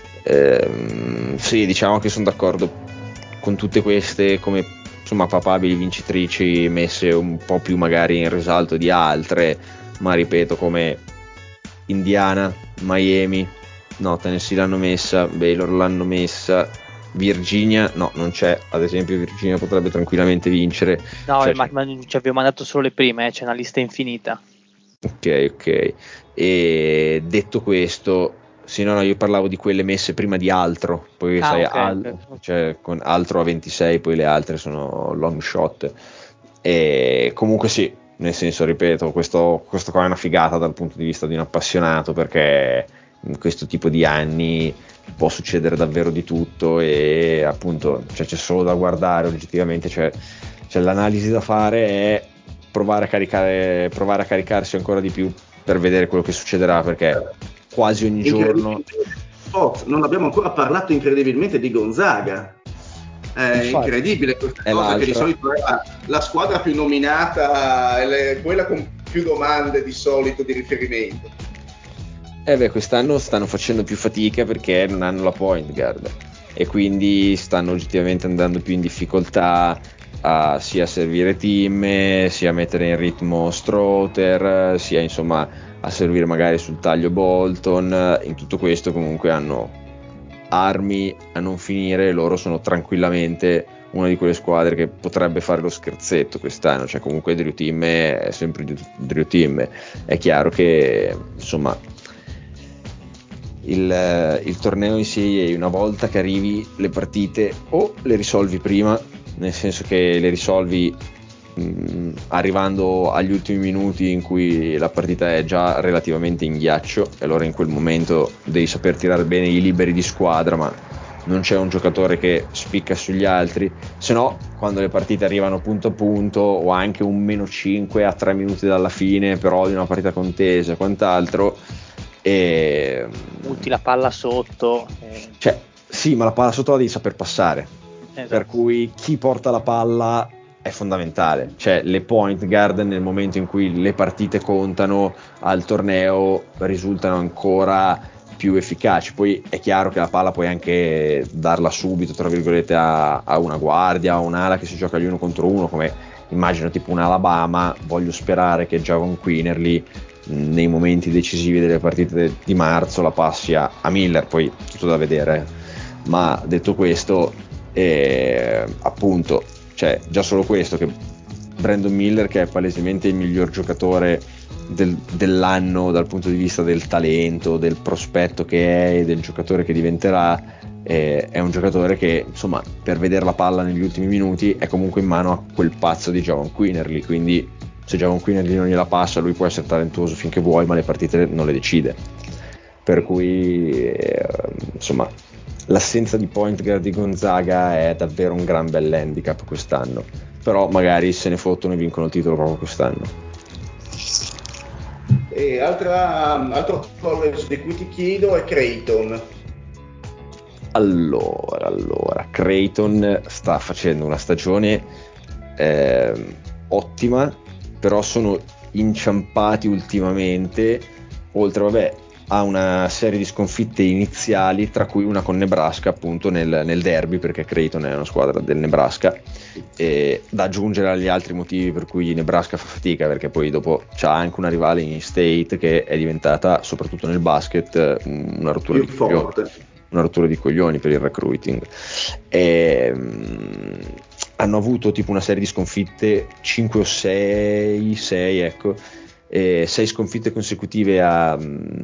Sì, diciamo che sono d'accordo con tutte queste come insomma papabili vincitrici, messe un po' più magari in risalto di altre, ma ripeto, come Indiana, Miami, no, Tennessee l'hanno messa, Baylor l'hanno messa, Virginia no, non c'è, ad esempio Virginia potrebbe tranquillamente vincere. No, ma ci abbiamo mandato solo le prime, c'è una lista infinita. Ok, e detto questo, sì, no, io parlavo di quelle messe prima di altro, poi sai, okay. Cioè con altro a 26, poi le altre sono long shot. E comunque sì, nel senso, ripeto, questo qua è una figata dal punto di vista di un appassionato, perché in questo tipo di anni può succedere davvero di tutto e appunto c'è solo da guardare oggettivamente, cioè l'analisi da fare è provare a caricarsi ancora di più per vedere quello che succederà, perché quasi ogni giorno non abbiamo ancora parlato incredibilmente di Gonzaga. È incredibile questa cosa, che di solito è la squadra più nominata, quella con più domande di solito di riferimento. Quest'anno stanno facendo più fatica perché non hanno la point guard e quindi stanno oggettivamente andando più in difficoltà sia a servire team, sia a mettere in ritmo Strother, sia insomma a servire magari sul taglio Bolton. In tutto questo comunque hanno armi a non finire, loro sono tranquillamente una di quelle squadre che potrebbe fare lo scherzetto quest'anno, cioè comunque Drew Team è sempre Drew Team. È chiaro che insomma il torneo in sé, una volta che arrivi, le partite o le risolvi prima, nel senso che le risolvi arrivando agli ultimi minuti in cui la partita è già relativamente in ghiaccio, e allora in quel momento devi saper tirare bene i liberi di squadra, ma non c'è un giocatore che spicca sugli altri, se no quando le partite arrivano punto a punto o anche un -5 a 3 minuti dalla fine però di una partita contesa e quant'altro, e butti la palla sotto, cioè sì, ma la palla sotto la devi saper passare, esatto. Per cui chi porta la palla è fondamentale, cioè le point guard nel momento in cui le partite contano al torneo risultano ancora più efficaci. Poi è chiaro che la palla puoi anche darla subito tra virgolette a una guardia, a un'ala che si gioca gli 1 contro 1, come immagino tipo un Alabama. Voglio sperare che Javon Quinerly nei momenti decisivi delle partite di marzo la passi a Miller, poi tutto da vedere, ma detto questo appunto, cioè già solo questo, che Brandon Miller, che è palesemente il miglior giocatore dell'anno dal punto di vista del talento, del prospetto che è e del giocatore che diventerà, è un giocatore che insomma per vedere la palla negli ultimi minuti è comunque in mano a quel pazzo di Javon Quinerly, quindi se Javon Quinerly non gliela passa, lui può essere talentuoso finché vuoi, ma le partite non le decide, per cui insomma l'assenza di point guard di Gonzaga è davvero un gran bel handicap quest'anno, però magari se ne fottono e vincono il titolo proprio quest'anno. E altro college di cui ti chiedo è Creighton. Allora, Creighton sta facendo una stagione ottima, però sono inciampati ultimamente, oltre ha una serie di sconfitte iniziali, tra cui una con Nebraska, appunto nel derby, perché Creighton è una squadra del Nebraska, e da aggiungere agli altri motivi per cui Nebraska fa fatica, perché poi dopo c'ha anche una rivale in state che è diventata, soprattutto nel basket, una rottura di coglioni per il recruiting. Hanno avuto tipo una serie di sconfitte, 5 o 6, ecco, 6 sconfitte consecutive a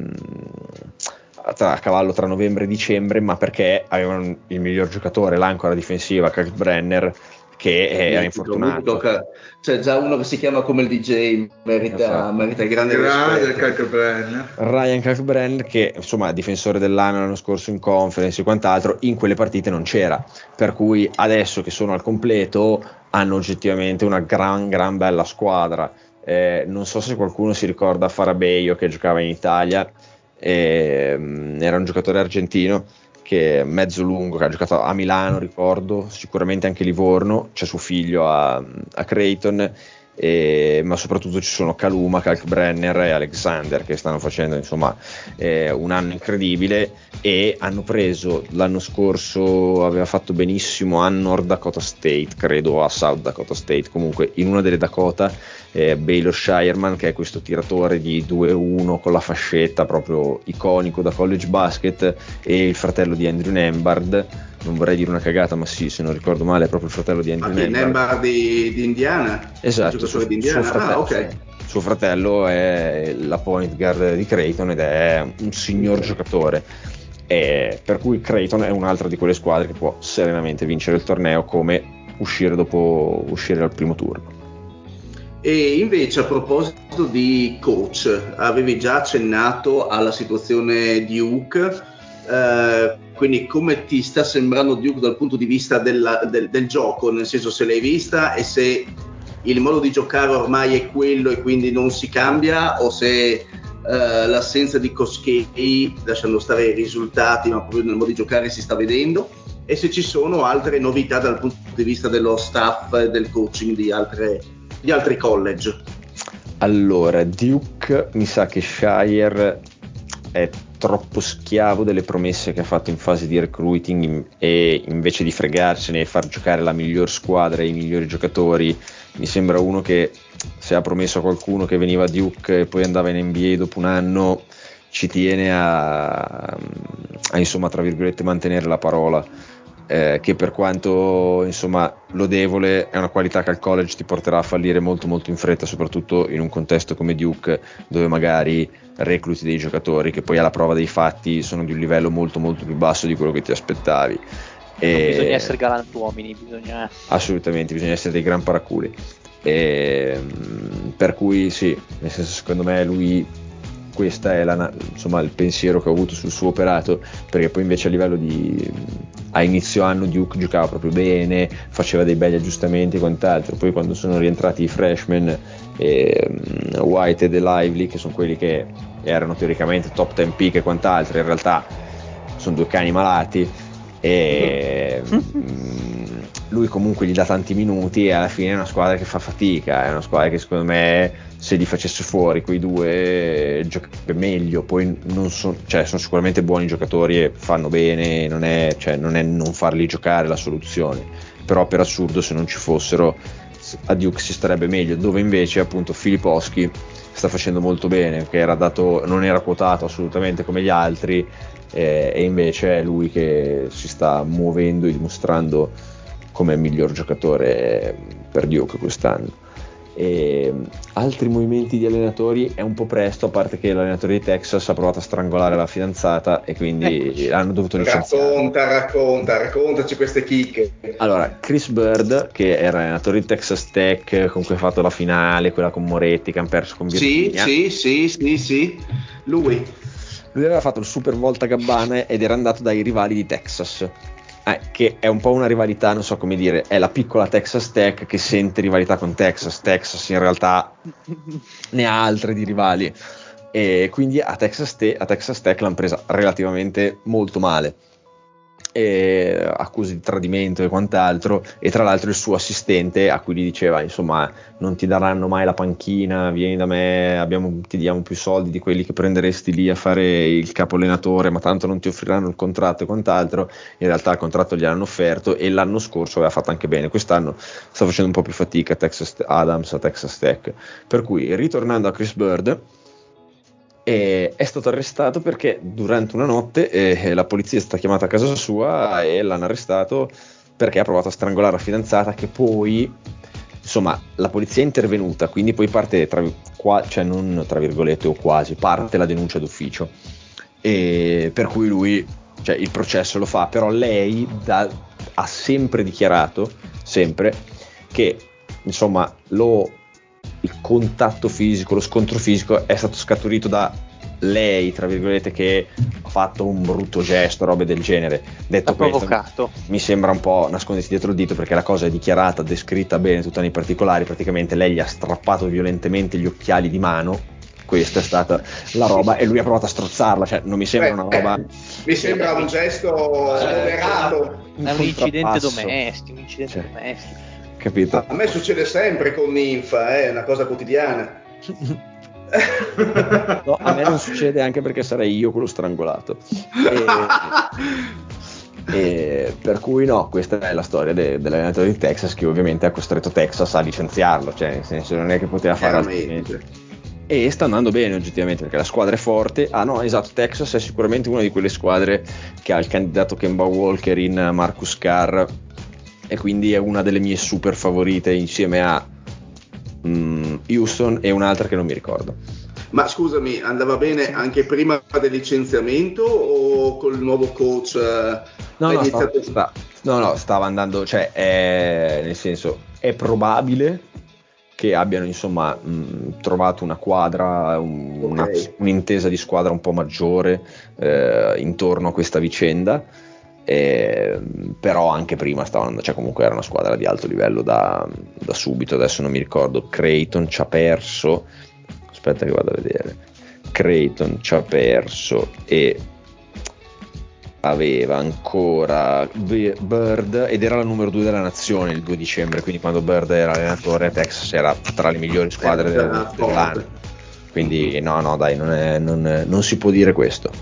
cavallo tra novembre e dicembre, ma perché avevano il miglior giocatore, l'ancora difensiva, Kalkbrenner, che era infortunato. C'è già uno che si chiama come il DJ, merita il grande rispetto. Ryan Kalkbrenner, che insomma difensore dell'anno l'anno scorso in conference e quant'altro, in quelle partite non c'era, per cui adesso che sono al completo hanno oggettivamente una gran bella squadra. Non so se qualcuno si ricorda Farabeio, che giocava in Italia, era un giocatore argentino che è mezzo lungo, che ha giocato a Milano, ricordo, sicuramente anche Livorno, c'è suo figlio a Creighton, ma soprattutto ci sono Kaluma, Kalkbrenner e Alexander, che stanno facendo insomma un anno incredibile, e hanno preso l'anno scorso, aveva fatto benissimo a North Dakota State, credo a South Dakota State, comunque in una delle Dakota, Baylor Shireman, che è questo tiratore di 2-1 con la fascetta proprio iconico da college basket, e il fratello di Andrew Nembhard. Non vorrei dire una cagata, ma sì, se non ricordo male è proprio il fratello di Andrew Nembhard di Indiana? Esatto, suo fratello è la point guard di Creighton ed è un signor giocatore, per cui Creighton è un'altra di quelle squadre che può serenamente vincere il torneo, come uscire dal primo turno. E invece, a proposito di coach, avevi già accennato alla situazione Duke, quindi come ti sta sembrando Duke dal punto di vista del gioco, nel senso, se l'hai vista e se il modo di giocare ormai è quello e quindi non si cambia, o se l'assenza di Koskei, lasciando stare i risultati, ma proprio nel modo di giocare si sta vedendo, e se ci sono altre novità dal punto di vista dello staff e del coaching di altri college. Allora, Duke, mi sa che Shire è troppo schiavo delle promesse che ha fatto in fase di recruiting, e invece di fregarsene e far giocare la miglior squadra e i migliori giocatori, mi sembra uno che, se ha promesso a qualcuno che veniva a Duke e poi andava in NBA dopo un anno, ci tiene a insomma, tra virgolette, mantenere la parola, che per quanto insomma lodevole, è una qualità che al college ti porterà a fallire molto molto in fretta, soprattutto in un contesto come Duke, dove magari recluti dei giocatori che poi alla prova dei fatti sono di un livello molto molto più basso di quello che ti aspettavi. Non bisogna essere galantuomini, assolutamente, bisogna essere dei gran paraculi, per cui sì, nel senso, secondo me lui, questa è insomma il pensiero che ho avuto sul suo operato, perché poi invece a livello a inizio anno Duke giocava proprio bene, faceva dei belli aggiustamenti e quant'altro, poi quando sono rientrati i freshman, White e Lively, che sono quelli che erano teoricamente top 10 pick e quant'altro, in realtà sono due cani malati, e lui comunque gli dà tanti minuti, e alla fine è una squadra che fa fatica, è una squadra che secondo me, se li facesse fuori quei due, giocherebbe meglio. Poi sono sicuramente buoni giocatori e fanno bene, non è non farli giocare la soluzione, però per assurdo, se non ci fossero, a Duke si starebbe meglio, dove invece appunto Filipowski sta facendo molto bene, che non era quotato assolutamente come gli altri, e invece è lui che si sta muovendo e dimostrando come miglior giocatore per Duke quest'anno. E altri movimenti di allenatori è un po' presto, a parte che l'allenatore di Texas ha provato a strangolare la fidanzata e quindi l'hanno dovuto licenziare. Raccontaci queste chicche. Allora, Chris Bird, che era allenatore di Texas Tech, con cui ha fatto la finale, quella con Moretti, che hanno perso con Virginia. Sì. Lui aveva fatto il Super Volta Gabbana ed era andato dai rivali di Texas, che è un po' una rivalità, non so come dire, è la piccola Texas Tech che sente rivalità con Texas in realtà ne ha altre di rivali, e quindi a Texas Tech l'hanno presa relativamente molto male, accuse di tradimento e quant'altro, e tra l'altro il suo assistente a cui gli diceva insomma non ti daranno mai la panchina, vieni da me, ti diamo più soldi di quelli che prenderesti lì a fare il capo allenatore, ma tanto non ti offriranno il contratto e quant'altro. In realtà il contratto gliel'hanno offerto e l'anno scorso aveva fatto anche bene, quest'anno sta facendo un po' più fatica a Texas Tech, per cui ritornando a Chris Bird, è stato arrestato perché durante una notte la polizia è stata chiamata a casa sua e l'hanno arrestato perché ha provato a strangolare la fidanzata, che poi insomma la polizia è intervenuta, quindi poi parte cioè non tra virgolette o quasi, parte la denuncia d'ufficio, e per cui lui, cioè il processo lo fa, però lei ha sempre dichiarato, sempre, che insomma il contatto fisico, lo scontro fisico è stato scaturito da lei, tra virgolette, che ha fatto un brutto gesto, robe del genere. Detto questo, provocato. Mi sembra un po' nascondersi dietro il dito, perché la cosa è dichiarata, descritta bene, tutta nei particolari. Praticamente lei gli ha strappato violentemente gli occhiali di mano, questa è stata la roba, e lui ha provato a strozzarla, cioè non mi sembra una roba... Mi sembra un gesto moderato. È un incidente contrappasso. domestico, Capito? A me succede sempre con ninfa, è una cosa quotidiana. No, a me non succede, anche perché sarei io quello strangolato. E per cui no, questa è la storia dell'allenatore di Texas, che ovviamente ha costretto Texas a licenziarlo, cioè nel senso non è che poteva fare altrimenti. E sta andando bene oggettivamente, perché la squadra è forte. Ah no, esatto, Texas è sicuramente una di quelle squadre che ha il candidato Kemba Walker in Marcus Carr, e quindi è una delle mie super favorite insieme a Houston e un'altra che non mi ricordo. Ma scusami, andava bene anche prima del licenziamento o col nuovo coach? Stava andando, cioè nel senso è probabile che abbiano insomma trovato una quadra, un'intesa di squadra un po' maggiore intorno a questa vicenda. Però anche prima stavano andando, cioè comunque era una squadra di alto livello da subito. Adesso non mi ricordo, Creighton ci ha perso, aspetta che vado a vedere, Creighton ci ha perso e aveva ancora Bird, ed era la numero 2 della nazione il 2 dicembre, quindi quando Bird era allenatore Texas era tra le migliori squadre dell'anno, quindi no dai, non si può dire questo.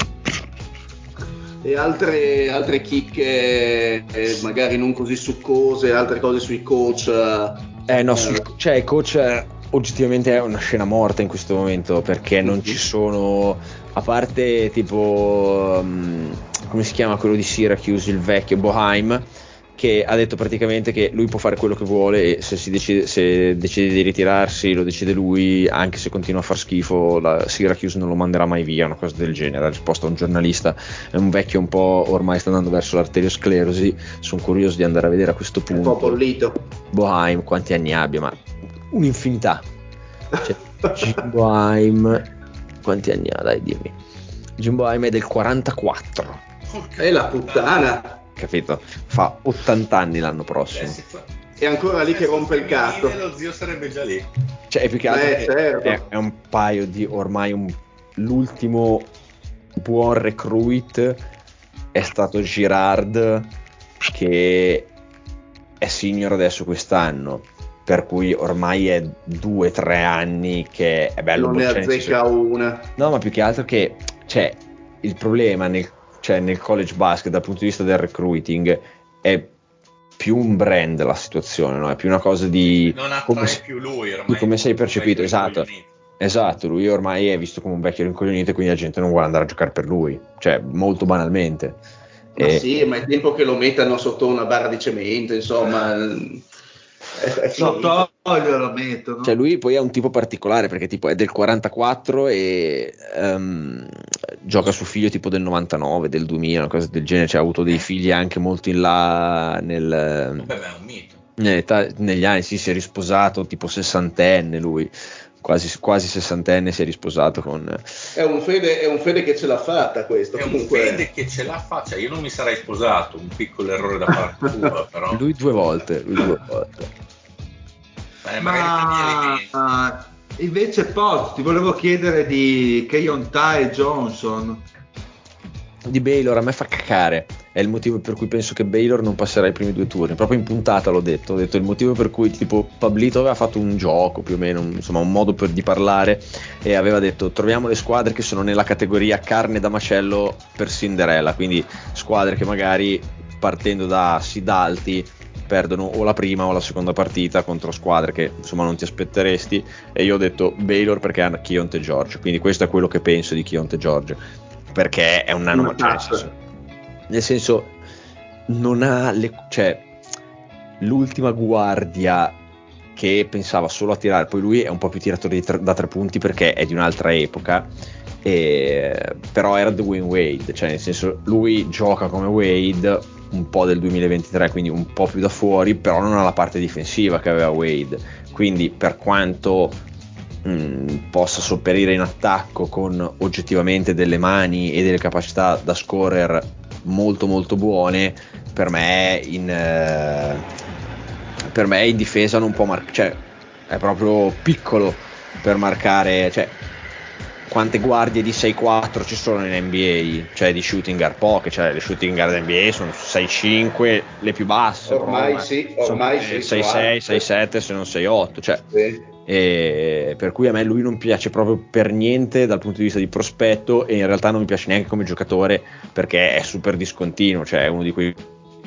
E altre chicche magari non così succose, altre cose sui coach? Cioè il coach oggettivamente è una scena morta in questo momento, perché non ci sono, a parte tipo come si chiama quello di Syracuse, il vecchio Boeheim, che ha detto praticamente che lui può fare quello che vuole, e se decide di ritirarsi lo decide lui, anche se continua a far schifo la Syracuse non lo manderà mai via, una cosa del genere. Ha risposto a un giornalista. È un vecchio un po', ormai sta andando verso l'arteriosclerosi, sono curioso di andare a vedere a questo punto. Un po' bollito. Boeheim quanti anni abbia? Ma un'infinità. Cioè, Jim Boeheim quanti anni ha? Dai, dimmi. Jim Boeheim è del 44. È la puttana, capito? Fa 80 anni l'anno prossimo. È ancora lì che rompe il cazzo. Lo zio sarebbe già lì. Cioè è più che altro certo. è un paio di ormai l'ultimo buon recruit è stato Girard, che è senior adesso quest'anno, per cui ormai è 2-3 anni che è bello. Non ne azzecca una. No, ma più che altro che c'è il problema nel college basket dal punto di vista del recruiting è più un brand la situazione, no? È più una cosa di non attrae più lui ormai, di come sei percepito. Esatto, lui ormai è visto come un vecchio rincoglionito, quindi la gente non vuole andare a giocare per lui, cioè molto banalmente. Sì, ma è tempo che lo mettano sotto una barra di cemento, insomma. Sotto lo mettono. Cioè lui poi è un tipo particolare, perché tipo è del 44 e gioca su figlio tipo del 99, del 2000, una cosa del genere, cioè ha avuto dei figli anche molto in là Vabbè, ma è un mito. Negli anni. Sì, si è risposato tipo 60enne lui, quasi 60enne, si è risposato con... È un Fede che ce l'ha fatta questo. È comunque. Un Fede che ce l'ha fatta, cioè io non mi sarei sposato, un piccolo errore da parte tua, però. Lui due volte. Ma invece poi ti volevo chiedere di Keontae Johnson di Baylor. A me fa cacare, è il motivo per cui penso che Baylor non passerà i primi 2 turni. Proprio in puntata ho detto il motivo per cui tipo Pablito aveva fatto un gioco più o meno, insomma un modo di parlare, e aveva detto troviamo le squadre che sono nella categoria carne da macello per Cinderella, quindi squadre che magari partendo da seed alti perdono o la prima o la seconda partita contro squadre che insomma non ti aspetteresti, e io ho detto Baylor perché ha Keontae George, quindi questo è quello che penso di Keontae George, perché è un nano, nel senso non ha l'ultima guardia che pensava solo a tirare, poi lui è un po' più tiratore da 3 punti perché è di un'altra epoca, però era Dwayne Wade, cioè nel senso lui gioca come Wade un po' del 2023, quindi un po' più da fuori, però non ha la parte difensiva che aveva Wade, quindi per quanto possa sopperire in attacco con oggettivamente delle mani e delle capacità da scorer molto molto buone, per me in difesa non può cioè è proprio piccolo per marcare, cioè quante guardie di 6-4 ci sono in NBA, cioè di shooting guard poche, cioè le shooting guard NBA sono 6-5 le più basse, ormai sì, 6-6, 6-7 se non 6-8, cioè sì. E per cui a me lui non piace proprio per niente dal punto di vista di prospetto, e in realtà non mi piace neanche come giocatore perché è super discontinuo, cioè è uno di quei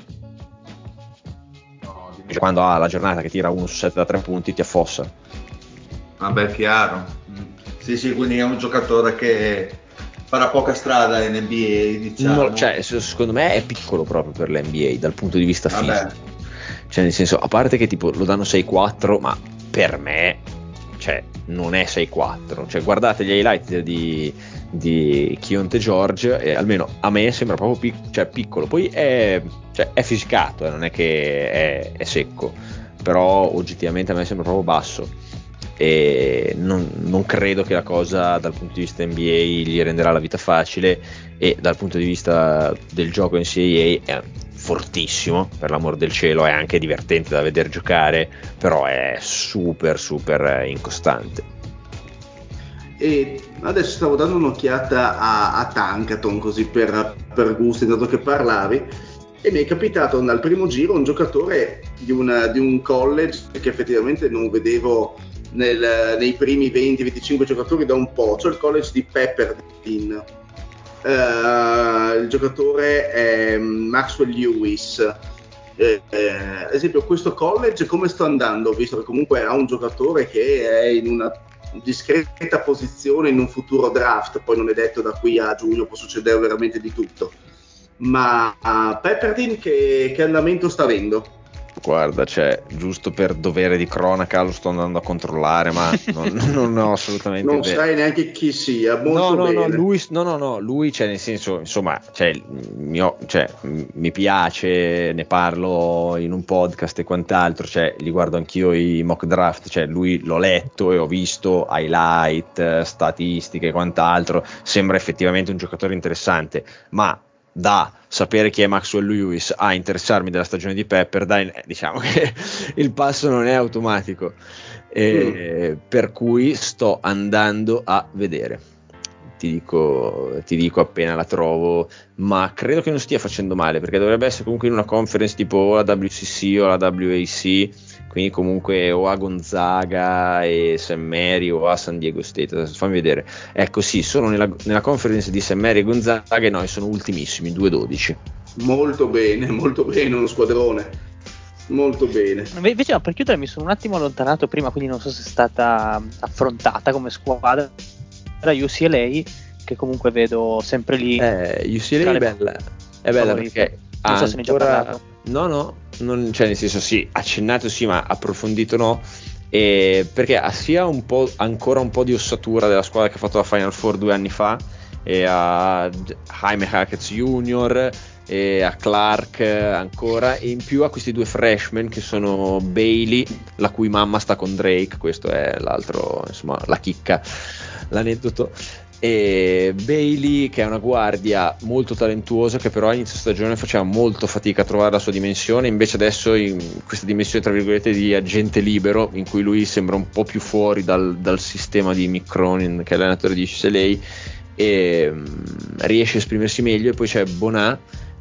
quando ha la giornata che tira 1 su 7 da 3 punti ti affossa. Vabbè, chiaro. Sì, quindi è un giocatore che farà poca strada in NBA, diciamo. No, cioè, secondo me è piccolo proprio per l'NBA dal punto di vista fisico. Cioè, nel senso, a parte che tipo lo danno 6-4, ma per me, cioè, non è 6-4. Cioè, guardate gli highlight di Keontae George e almeno a me sembra proprio piccolo. Poi è fisicato, non è che è secco, però oggettivamente a me sembra proprio basso. E non credo che la cosa dal punto di vista NBA gli renderà la vita facile, e dal punto di vista del gioco NCAA è fortissimo, per l'amor del cielo, è anche divertente da vedere giocare, però è super super incostante. E adesso stavo dando un'occhiata a Tankathon così per gusto, dato che parlavi, e mi è capitato al primo giro un giocatore di un college che effettivamente non vedevo nei primi 20-25 giocatori da un po', cioè il college di Pepperdine. Il giocatore è Maxwell Lewis. Ad esempio, questo college come sta andando, visto che comunque ha un giocatore che è in una discreta posizione in un futuro draft, poi non è detto, da qui a giugno può succedere veramente di tutto, ma Pepperdine che andamento sta avendo? Guarda, cioè, giusto per dovere di cronaca lo sto andando a controllare, ma non ho assolutamente non sai neanche chi sia, molto bene. Lui, cioè, nel senso, insomma, cioè, mi piace, ne parlo in un podcast e quant'altro, cioè, li guardo anch'io i mock draft, cioè, lui l'ho letto e ho visto highlight, statistiche e quant'altro, sembra effettivamente un giocatore interessante, ma da sapere chi è Maxwell Lewis a interessarmi della stagione di Pepperdine, diciamo che il passo non è automatico, per cui sto andando a vedere, ti dico appena la trovo, ma credo che non stia facendo male, perché dovrebbe essere comunque in una conference tipo la WCC o la WAC, quindi comunque o a Gonzaga e St. Mary o a San Diego State. Adesso fammi vedere, ecco, sì, sono nella conference di St. Mary e Gonzaga, e no, sono ultimissimi, 2-12. Molto bene, uno squadrone, molto bene. Invece, per chiudere, mi sono un attimo allontanato prima, quindi non so se è stata affrontata come squadra UCLA, che comunque vedo sempre lì. UCLA è bella perché non so se ne è già parlato. No, non, cioè, nel senso, sì, accennato sì, ma approfondito no, perché ha sia ancora un po' di ossatura della squadra che ha fatto la Final Four 2 anni fa, e a Jaime Hackett Jr. e a Clark ancora, e in più a questi 2 freshman che sono Bailey, la cui mamma sta con Drake, questo è l'altro, insomma, la chicca, l'aneddoto, e Bailey, che è una guardia molto talentuosa, che però a inizio stagione faceva molto fatica a trovare la sua dimensione, invece adesso in questa dimensione tra virgolette di agente libero, in cui lui sembra un po' più fuori dal sistema di Mick Cronin, che è l'allenatore di UCLA, e riesce a esprimersi meglio. E poi c'è Bonà,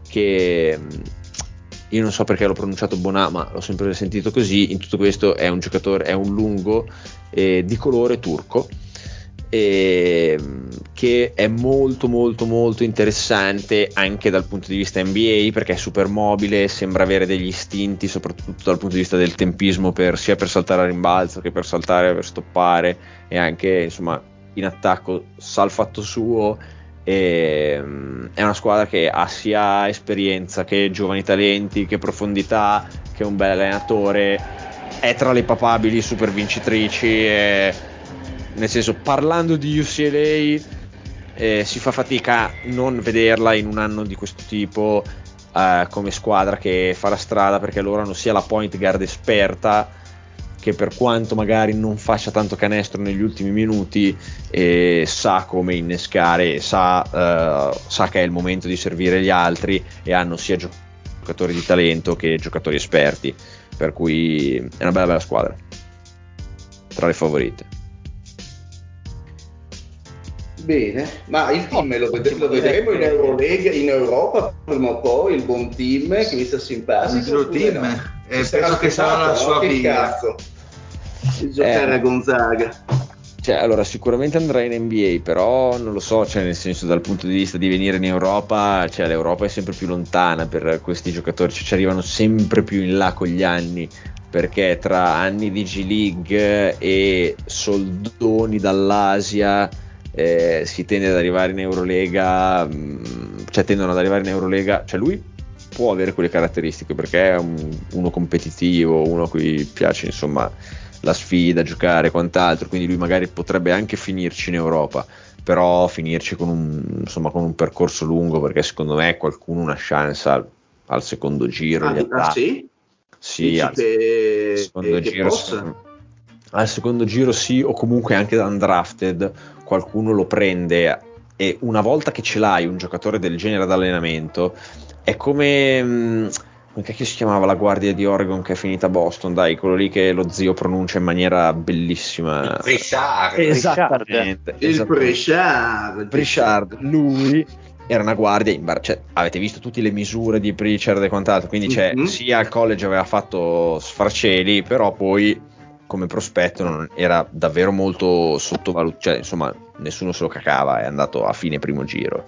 che io non so perché l'ho pronunciato Bonà, ma l'ho sempre sentito così. In tutto questo è un giocatore, è un lungo di colore turco, che è molto molto molto interessante anche dal punto di vista NBA, perché è super mobile, sembra avere degli istinti soprattutto dal punto di vista del tempismo, sia per saltare a rimbalzo che per saltare, per stoppare, e anche insomma in attacco sa il fatto suo. È una squadra che ha sia esperienza che giovani talenti, che profondità, che un bel allenatore, è tra le papabili super vincitrici, nel senso, parlando di UCLA si fa fatica a non vederla in un anno di questo tipo come squadra che fa la strada, perché loro hanno sia la point guard esperta, che per quanto magari non faccia tanto canestro negli ultimi minuti, sa come innescare, sa che è il momento di servire gli altri, e hanno sia giocatori di talento che giocatori esperti, per cui è una bella squadra, tra le favorite. Bene, ma il team lo vedremo in Eurolega, in Europa prima o poi, il buon team che mi sta simpatico. Il team, no? penso che sarà la sua via. Il giocare a Gonzaga. Cioè, allora sicuramente andrà in NBA, però non lo so, cioè nel senso, dal punto di vista di venire in Europa, cioè l'Europa è sempre più lontana per questi giocatori, cioè, ci arrivano sempre più in là con gli anni, perché tra anni di G League e soldoni dall'Asia si tende ad arrivare in Eurolega, cioè tendono ad arrivare in Eurolega, cioè lui può avere quelle caratteristiche perché è uno competitivo, uno a cui piace insomma la sfida, giocare, quant'altro, quindi lui magari potrebbe anche finirci in Europa, però finirci con un percorso lungo, perché secondo me qualcuno una chance al secondo giro sì? Sì, al secondo giro al secondo giro sì, o comunque anche da undrafted qualcuno lo prende, e una volta che ce l'hai un giocatore del genere ad allenamento è come cacchio si chiamava la guardia di Oregon che è finita a Boston, dai, quello lì che lo zio pronuncia in maniera bellissima, esattamente il Pritchard, lui era una guardia cioè, avete visto tutte le misure di Pritchard e quant'altro, quindi sia al college aveva fatto sfarceli, però poi come prospetto non era davvero molto sottovalutato, cioè insomma nessuno se lo cacava, è andato a fine primo giro,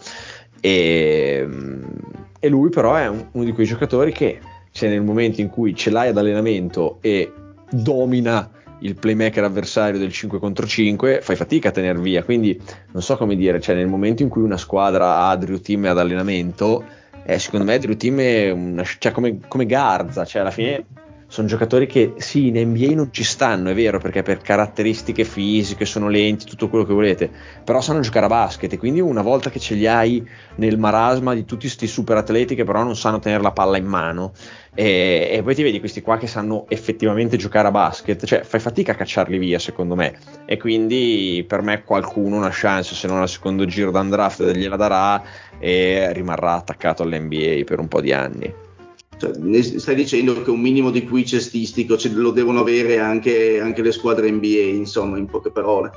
e lui però è uno di quei giocatori che, cioè, nel momento in cui ce l'hai ad allenamento e domina il playmaker avversario del 5 contro 5, fai fatica a tener via, quindi non so come dire, cioè nel momento in cui una squadra ha Drew Team ad allenamento, secondo me Drew Team è cioè come Garza, cioè alla fine sono giocatori che sì, in NBA non ci stanno, è vero, perché per caratteristiche fisiche sono lenti, tutto quello che volete, però sanno giocare a basket, e quindi una volta che ce li hai nel marasma di tutti sti super atleti che però non sanno tenere la palla in mano, e poi ti vedi questi qua che sanno effettivamente giocare a basket, cioè fai fatica a cacciarli via secondo me, e quindi per me qualcuno una chance, se non al secondo giro d'undraft, gliela darà e rimarrà attaccato all'NBA per un po' di anni. Cioè, stai dicendo che un minimo di QI cestistico lo devono avere anche le squadre NBA, insomma, in poche parole.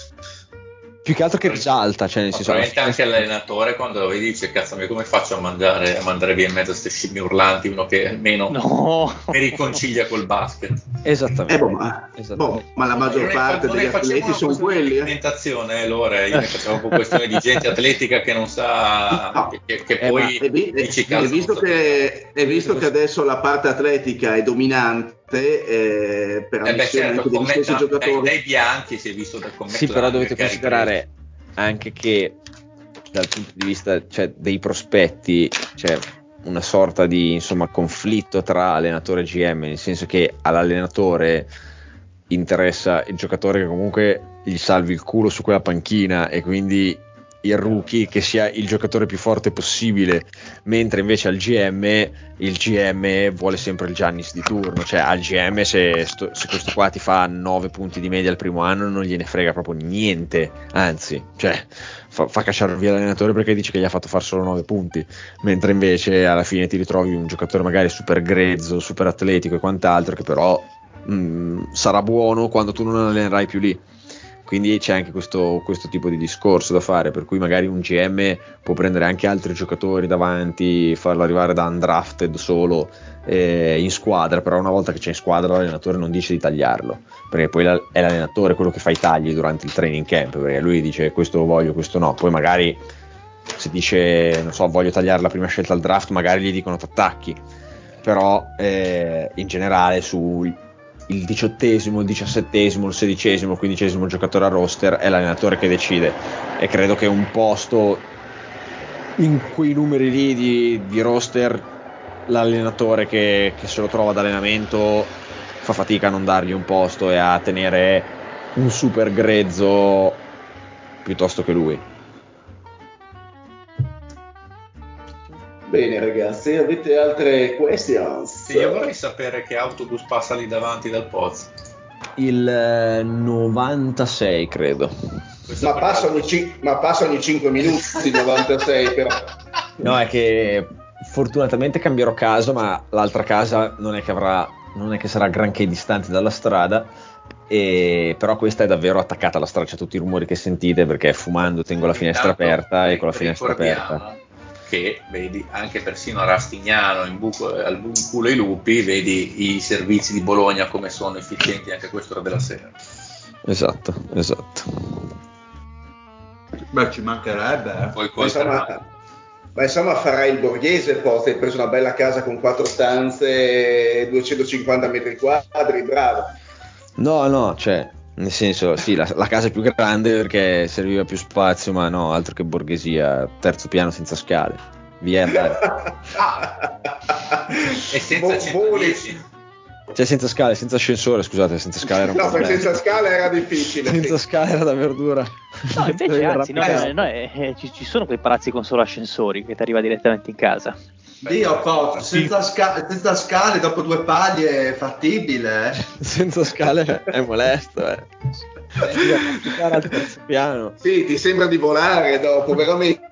Più che altro che risalta, cioè nel senso, probabilmente anche l'allenatore quando lo vedi dice cazzo mio, come faccio a mandare via in mezzo a queste scimmie urlanti uno che almeno mi riconcilia col basket. Esattamente. Ma la maggior parte degli atleti sono quelli. Alimentazione, Lore, io ne facevo un po' questione di gente atletica che non sa, che poi dici cazzo. E visto che adesso la parte atletica è dominante, per ammissione anche degli stessi giocatori, dai bianchi si è visto dal commento. Sì, però dovete considerare anche che dal punto di vista, cioè, dei prospetti c'è una sorta di insomma conflitto tra allenatore e GM, nel senso che all'allenatore interessa il giocatore che comunque gli salvi il culo su quella panchina, e quindi il rookie che sia il giocatore più forte possibile, mentre invece al GM il GM vuole sempre il Giannis di turno, cioè al GM se questo qua ti fa 9 punti di media al primo anno non gliene frega proprio niente, anzi, cioè fa cacciare via l'allenatore perché dice che gli ha fatto fare solo 9 punti, mentre invece alla fine ti ritrovi un giocatore magari super grezzo, super atletico e quant'altro, che però sarà buono quando tu non allenerai più lì. quindi c'è anche questo tipo di discorso da fare, per cui magari un GM può prendere anche altri giocatori davanti, farlo arrivare da undrafted solo in squadra, però una volta che c'è in squadra l'allenatore non dice di tagliarlo, perché poi è l'allenatore quello che fa i tagli durante il training camp, perché lui dice questo lo voglio, questo no, poi magari se dice non so voglio tagliare la prima scelta al draft magari gli dicono t'attacchi, però in generale su il 18esimo, il 17esimo, il 16esimo, il 15esimo giocatore a roster è l'allenatore che decide, e credo che un posto in quei numeri lì di roster l'allenatore che se lo trova ad allenamento fa fatica a non dargli un posto e a tenere un super grezzo piuttosto che lui. Bene ragazzi, avete altre questions? Sì, io vorrei sapere che autobus passa lì davanti dal Poz. Il 96 credo. Ma passa ogni 5 minuti il 96 però. No, è che fortunatamente cambierò casa, ma l'altra casa non è che sarà granché distante dalla strada, però questa è davvero attaccata alla strada, c'è tutti i rumori che sentite perché fumando tengo la finestra aperta, e con la finestra aperta che vedi anche persino a Rastignano al culo ai lupi, vedi i servizi di Bologna come sono efficienti anche a quest'ora della sera. Esatto. Beh, ci mancherebbe. Poi ma insomma farai il borghese, poi hai preso una bella casa con 4 stanze, 250 metri quadri, bravo. No, cioè nel senso sì, la casa è più grande perché serviva più spazio, ma no, altro che borghesia, terzo piano senza scale, via andare. E senza 110. Cioè senza scale, senza ascensore, scusate, senza scale era un no, problema. senza scale era difficile. Senza scale era davvero dura. No, invece anzi, ci sono quei palazzi con solo ascensori che ti arriva direttamente in casa. Dio, senza scale dopo 2 paglie è fattibile. Senza scale è molesto, al terzo piano. Sì, ti sembra di volare dopo, veramente.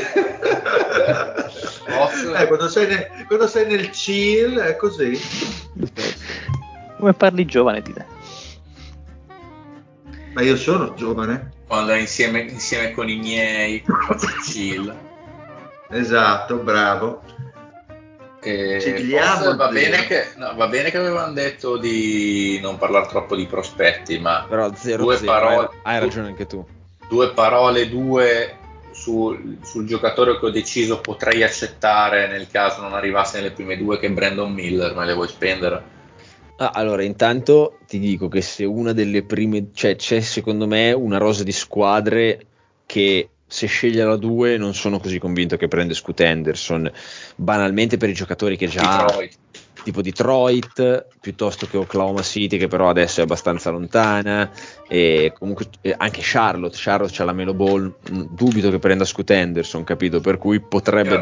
Quando sei nel chill è così. Come parli giovane di te? Ma io sono giovane. Quando è insieme con i miei chill. Esatto, bravo. Va bene che avevano detto di non parlare troppo di prospetti, ma però 0-0, parole, hai ragione anche tu. 2 parole sul giocatore che ho deciso potrei accettare nel caso non arrivasse nelle prime 2, che è Brandon Miller. Ma le vuoi spendere? Allora, intanto ti dico che se una delle prime, cioè c'è secondo me una rosa di squadre che se sceglie la 2 non sono così convinto che prende Scoot Henderson, banalmente per i giocatori che già Detroit. Tipo Detroit piuttosto che Oklahoma City, che però adesso è abbastanza lontana, e comunque anche Charlotte c'ha la Melo Ball, dubito che prenda Scoot Henderson, capito? Per cui potrebbe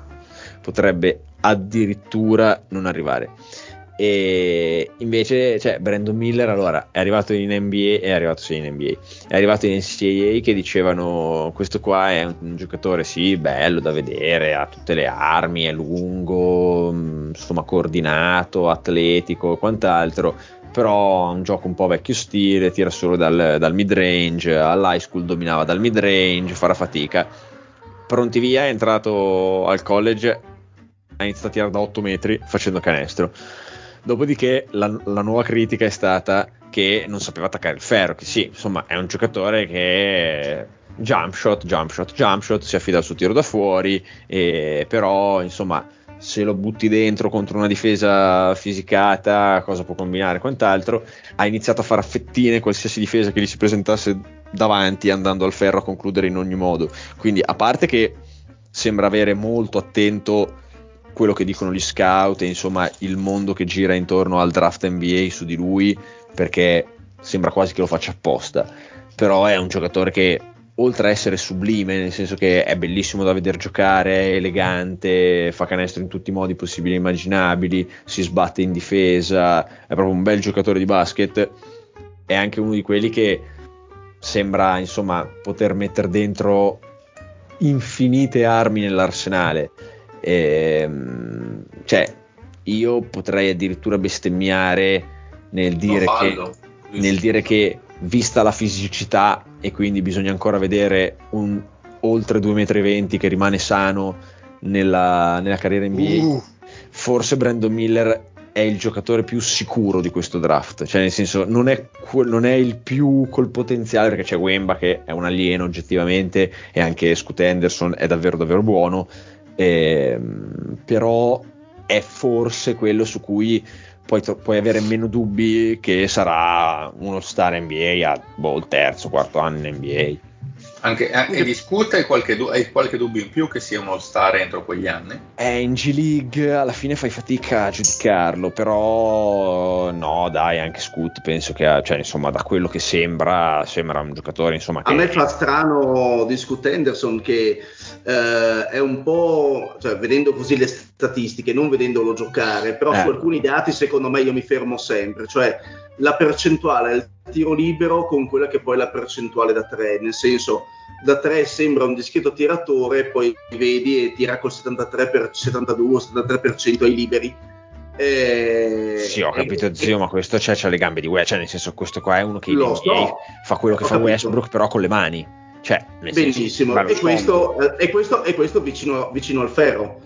addirittura non arrivare. E invece Brandon Miller allora è arrivato in NBA, è arrivato in NCAA, che dicevano questo qua è un giocatore sì bello da vedere, ha tutte le armi, è lungo, insomma coordinato, atletico e quant'altro, però ha un gioco un po' vecchio stile, tira solo dal mid range, all'high school dominava dal mid range, farà fatica. Pronti via, è entrato al college, ha iniziato a tirare da 8 metri facendo canestro. Dopodiché la nuova critica è stata che non sapeva attaccare il ferro, che sì, insomma è un giocatore che jump shot, si affida al suo tiro da fuori, però insomma se lo butti dentro contro una difesa fisicata cosa può combinare, quant'altro. Ha iniziato a fare a fettine qualsiasi difesa che gli si presentasse davanti, andando al ferro a concludere in ogni modo. Quindi a parte che sembra avere molto attento quello che dicono gli scout e insomma il mondo che gira intorno al draft NBA su di lui, perché sembra quasi che lo faccia apposta, però è un giocatore che oltre a essere sublime, nel senso che è bellissimo da vedere giocare, è elegante, fa canestro in tutti i modi possibili e immaginabili, si sbatte in difesa, è proprio un bel giocatore di basket, è anche uno di quelli che sembra insomma poter mettere dentro infinite armi nell'arsenale. Cioè io potrei addirittura bestemmiare nel dire che vista la fisicità, e quindi bisogna ancora vedere un oltre 2,20 m che rimane sano nella carriera NBA, forse Brandon Miller è il giocatore più sicuro di questo draft, cioè nel senso non è il più col potenziale, perché c'è Wemba che è un alieno oggettivamente, e anche Scoot Henderson è davvero davvero buono, però è forse quello su cui puoi avere meno dubbi che sarà uno star NBA il terzo, quarto anno in NBA. Anche di Scoot hai qualche dubbio in più che sia un all-star entro quegli anni? In G-League alla fine fai fatica a giudicarlo, però no dai, anche Scoot penso che cioè, insomma, da quello che sembra un giocatore, insomma, che... A me fa strano di Scoot Henderson che è un po', cioè, vedendo così le statistiche, non vedendolo giocare, però su alcuni dati secondo me io mi fermo sempre, cioè la percentuale al tiro libero con quella che poi è la percentuale da 3, nel senso da 3 sembra un discreto tiratore, poi vedi e tira col 72-73% ai liberi. Sì, ho capito, zio, ma questo c'ha le gambe di Westbrook, cioè nel senso questo qua è uno che fa quello che fa Westbrook però con le mani, cioè benissimo, senso, e questo vicino al ferro.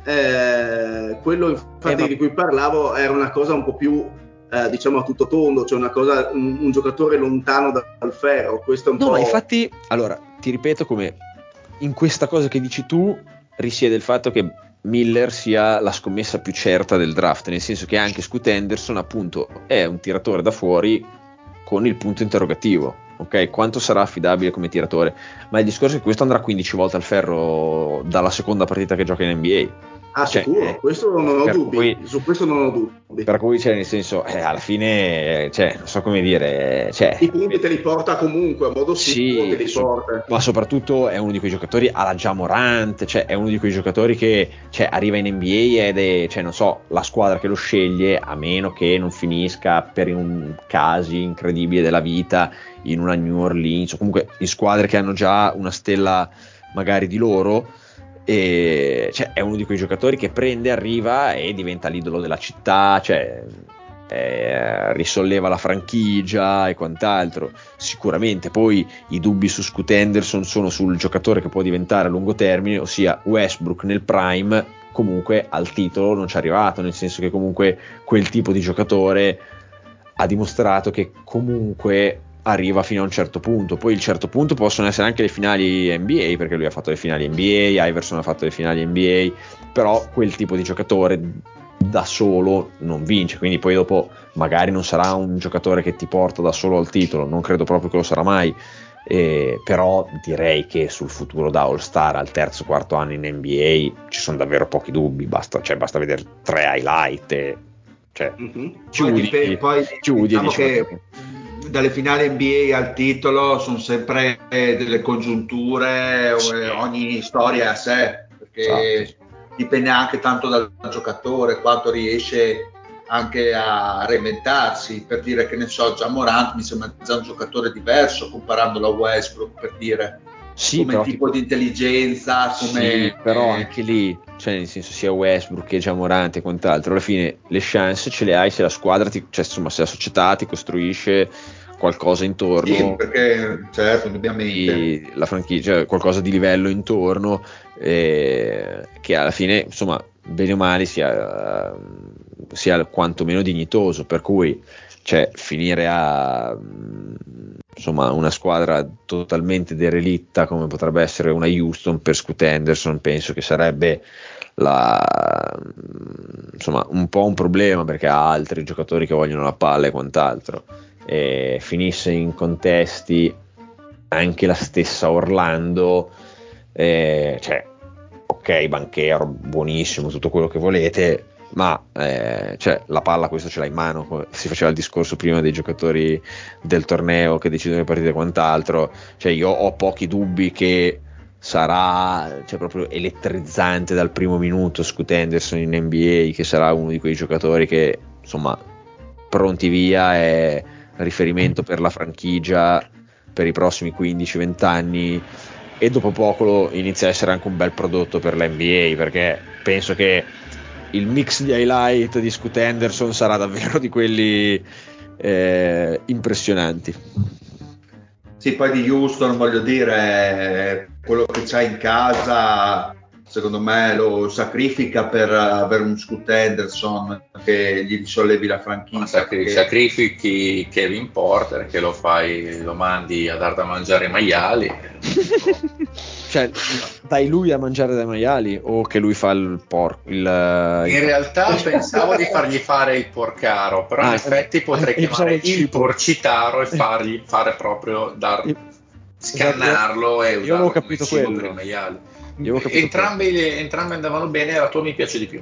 Quello infatti di cui parlavo era una cosa un po' più diciamo a tutto tondo, cioè una cosa, un giocatore lontano dal ferro. Questo è un po'... ma infatti, allora ti ripeto, come in questa cosa che dici tu risiede il fatto che Miller sia la scommessa più certa del draft, nel senso che anche Scoot Henderson appunto è un tiratore da fuori con il punto interrogativo, ok? Quanto sarà affidabile come tiratore? Ma il discorso è che questo andrà 15 volte al ferro dalla seconda partita che gioca in NBA. Sicuro, questo non ho dubbi, su questo non ho dubbi. Per cui nel senso, alla fine, non so come dire, i punti te li porta comunque, a modo sicuro te li porta. Ma soprattutto è uno di quei giocatori alla Ja Morant, è uno di quei giocatori che arriva in NBA ed è, non so, la squadra che lo sceglie, a meno che non finisca per un casi incredibili della vita in una New Orleans, o comunque in squadre che hanno già una stella magari di loro. E è uno di quei giocatori che prende, arriva e diventa l'idolo della città, risolleva la franchigia e quant'altro. Sicuramente poi i dubbi su Scoot Henderson sono sul giocatore che può diventare a lungo termine, ossia Westbrook nel prime, comunque al titolo non ci è arrivato, nel senso che comunque quel tipo di giocatore ha dimostrato che comunque arriva fino a un certo punto. Poi il certo punto possono essere anche le finali NBA, perché lui ha fatto le finali NBA, Iverson ha fatto le finali NBA, però quel tipo di giocatore da solo non vince, quindi poi dopo magari non sarà un giocatore che ti porta da solo al titolo, non credo proprio che lo sarà mai, però direi che sul futuro da All-Star al terzo quarto anno in NBA ci sono davvero pochi dubbi, basta vedere 3 highlight diciamo che dalle finali NBA al titolo sono sempre delle congiunture, ogni storia è a sé, perché dipende anche tanto dal giocatore, quanto riesce anche a reinventarsi. Per dire, che ne so, Ja Morant mi sembra già un giocatore diverso comparandolo a Westbrook, per dire, come tipo di intelligenza, come... però anche lì, nel senso, sia Westbrook che Ja Morant e quant'altro, alla fine le chance ce le hai se la squadra se la società ti costruisce qualcosa intorno, sì, perché certo, indubbiamente la franchigia, qualcosa di livello intorno, che alla fine, insomma, bene o male sia quantomeno dignitoso, per cui finire a una squadra totalmente derelitta come potrebbe essere una Houston per Scoot Henderson, penso che sarebbe un po' un problema, perché ha altri giocatori che vogliono la palla e quant'altro, e finisse in contesti anche la stessa Orlando, ok, Banchero buonissimo, tutto quello che volete, ma la palla questo ce l'ha in mano. Si faceva il discorso prima dei giocatori del torneo che decidono le partite e quant'altro, io ho pochi dubbi che sarà proprio elettrizzante dal primo minuto Scoot Henderson in NBA, che sarà uno di quei giocatori che pronti via, è riferimento per la franchigia per i prossimi 15-20 anni, e dopo poco inizia a essere anche un bel prodotto per la NBA, perché penso che il mix di highlight di Scoot Henderson sarà davvero di quelli impressionanti. Sì, poi di Houston, voglio dire, quello che c'ha in casa, secondo me lo sacrifica per avere un Scoot Henderson che gli risollevi la franchigia. Sacrifichi Kevin Porter, che lo mandi a dar da mangiare ai maiali. Cioè, dai lui a mangiare dai maiali o che lui fa il porco? In realtà pensavo di fargli fare il porcaro, però in effetti potrei chiamare il porcitaro e fare proprio scannarlo e usarlo come cibo per i maiali. Entrambi andavano bene, la tua mi piace di più.